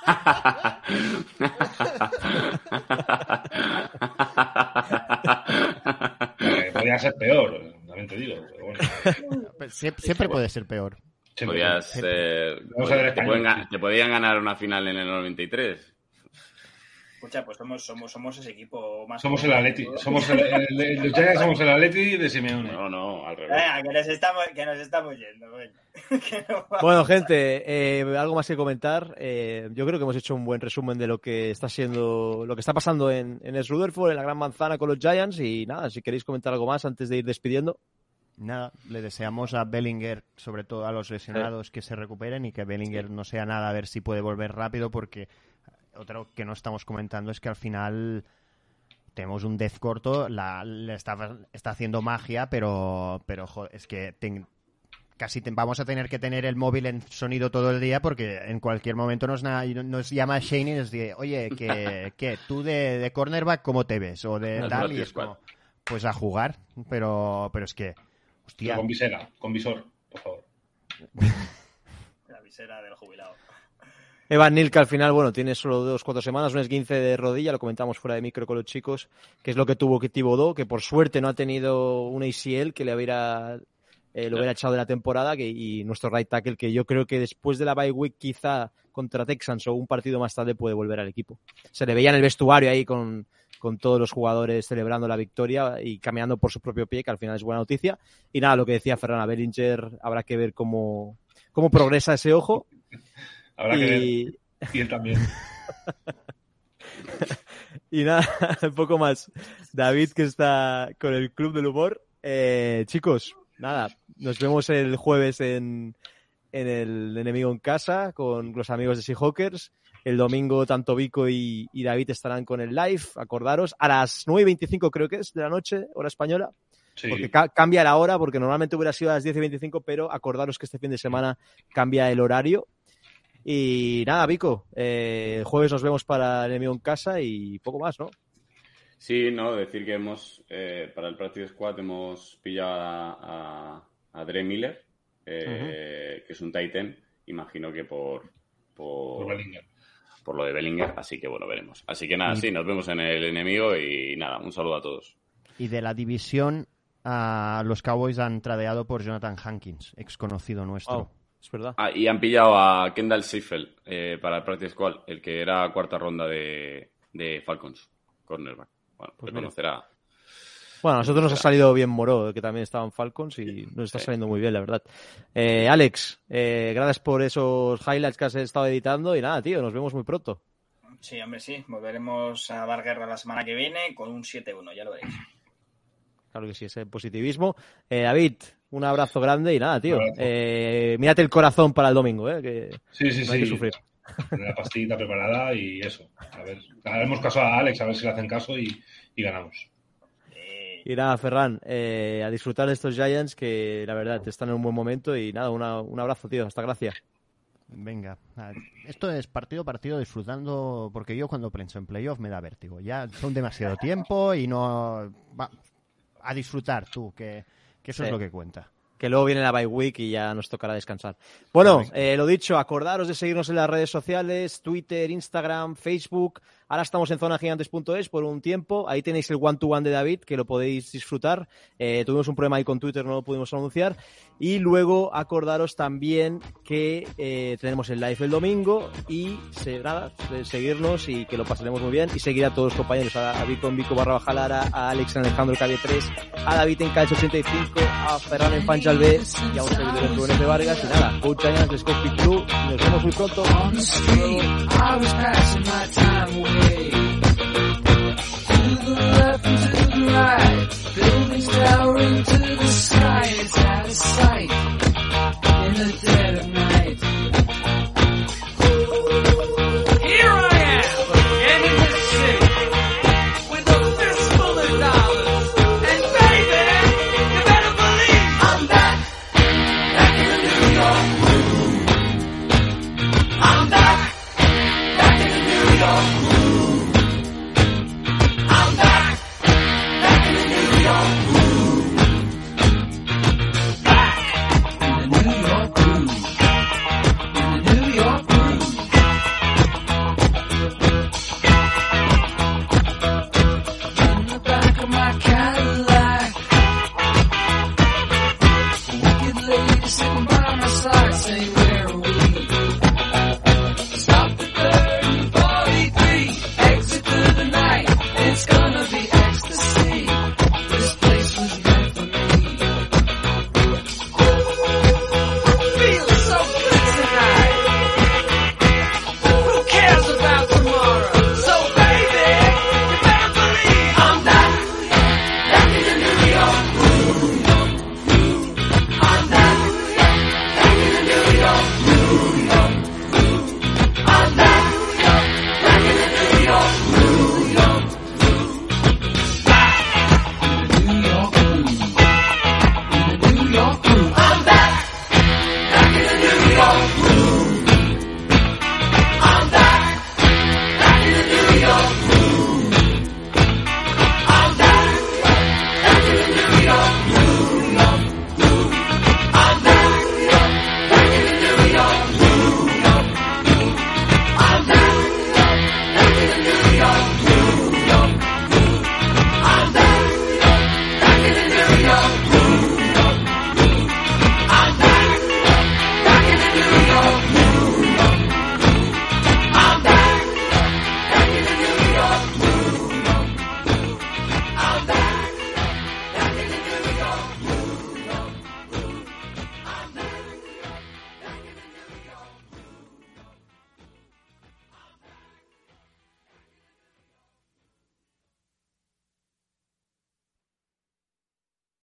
Podría ser peor, también te digo. Pero bueno. Siempre puede ser peor. Podrías ser. Te podían ganar una final en el 93. Escucha, pues somos ese equipo más. Somos el Atleti. Los Giants somos el Atleti de Simeone. No, al revés. Que nos estamos yendo. Bueno, gente, algo más que comentar. Yo creo que hemos hecho un buen resumen de lo que está pasando en el Rutherford, en la Gran Manzana con los Giants. Y nada, si queréis comentar algo más antes de ir despidiendo. Nada, le deseamos a Bellinger, sobre todo a los lesionados, que se recuperen y que Bellinger no sea nada, a ver si puede volver rápido, porque otro que no estamos comentando es que al final tenemos un death corto, le está haciendo magia, pero joder, es que casi vamos a tener que tener el móvil en sonido todo el día porque en cualquier momento nos llama Shane y nos dice, oye, ¿qué? ¿Tú de cornerback cómo te ves? O de tal, y es como, pues a jugar, pero es que, hostia. Pero con visor, por favor. La visera del jubilado. Evan Neal, que al final, bueno, tiene solo 2-4 semanas, un esguince de rodilla, lo comentamos fuera de micro con los chicos, que es lo que tuvo Thibodeau, que por suerte no ha tenido un ACL que lo hubiera echado de la temporada, y nuestro right tackle, que yo creo que después de la bye week quizá contra Texans o un partido más tarde puede volver al equipo. Se le veía en el vestuario ahí con todos los jugadores celebrando la victoria y caminando por su propio pie, que al final es buena noticia. Y nada, lo que decía Ferran, a Bellinger habrá que ver cómo progresa ese ojo. Habrá que ver. Y él también. Y nada, un poco más. David, que está con el Club del Humor. Chicos, nada, nos vemos el jueves en el Enemigo en Casa con los amigos de Seahawkers. El domingo tanto Vico y David estarán con el live. Acordaros, a las 9:25 creo que es de la noche, hora española. Sí. Porque cambia la hora, porque normalmente hubiera sido a las 10:25, pero acordaros que este fin de semana cambia el horario. Y nada, Vico, el jueves nos vemos para el Enemigo en Casa y poco más, ¿no? Sí, no, decir que para el Practice Squad hemos pillado a Dre Miller, que es un tight end, imagino que por Bellinger. Por lo de Bellinger, así que bueno, veremos. Así que nada, sí, nos vemos en el Enemigo y nada, un saludo a todos. Y de la división, los Cowboys han tradeado por Jonathan Hankins, ex conocido nuestro. Oh. Es verdad. Y han pillado a Kendall Seifeld para el Practice Squad, el que era cuarta ronda de Falcons, cornerback. Bueno, pues conocerá. Bueno, a nosotros nos ha salido bien Moró, que también estaba en Falcons, y nos está saliendo muy bien, la verdad. Alex, gracias por esos highlights que has estado editando y nada, tío, nos vemos muy pronto. Sí, hombre, sí. Volveremos a dar guerra la semana que viene con un 7-1, ya lo veréis. Claro que sí, ese positivismo. David, un abrazo grande y nada, tío. Mírate el corazón para el domingo, que sí. No hay que sufrir. La pastillita preparada y eso. A ver, haremos caso a Alex, a ver si le hacen caso y ganamos. Y nada, Ferran, a disfrutar de estos Giants que la verdad están en un buen momento y nada, un abrazo, tío. Hasta gracias. Venga, esto es partido disfrutando, porque yo cuando pienso en playoff me da vértigo. Ya son demasiado tiempo y no... a disfrutar tú, que eso es lo que cuenta. Que luego viene la bye week y ya nos tocará descansar. Bueno, lo dicho, acordaros de seguirnos en las redes sociales, Twitter, Instagram, Facebook. Ahora estamos en zonagigantes.es por un tiempo. Ahí tenéis el one-to-one de David, que lo podéis disfrutar. Tuvimos un problema ahí con Twitter, no lo pudimos anunciar. Y luego acordaros también que tenemos el live el domingo y nada, seguirnos y que lo pasaremos muy bien. Y seguir a todos los compañeros, a Vico en Vico_Bajalara, a Alex en Alejandro KB3, a David en KH85, a Ferran en Fanchal B y a un servidor en Rubén F. Vargas. Y nada, Coach Giants de Scott Club. Nos vemos muy pronto. To the left and to the right, buildings towering to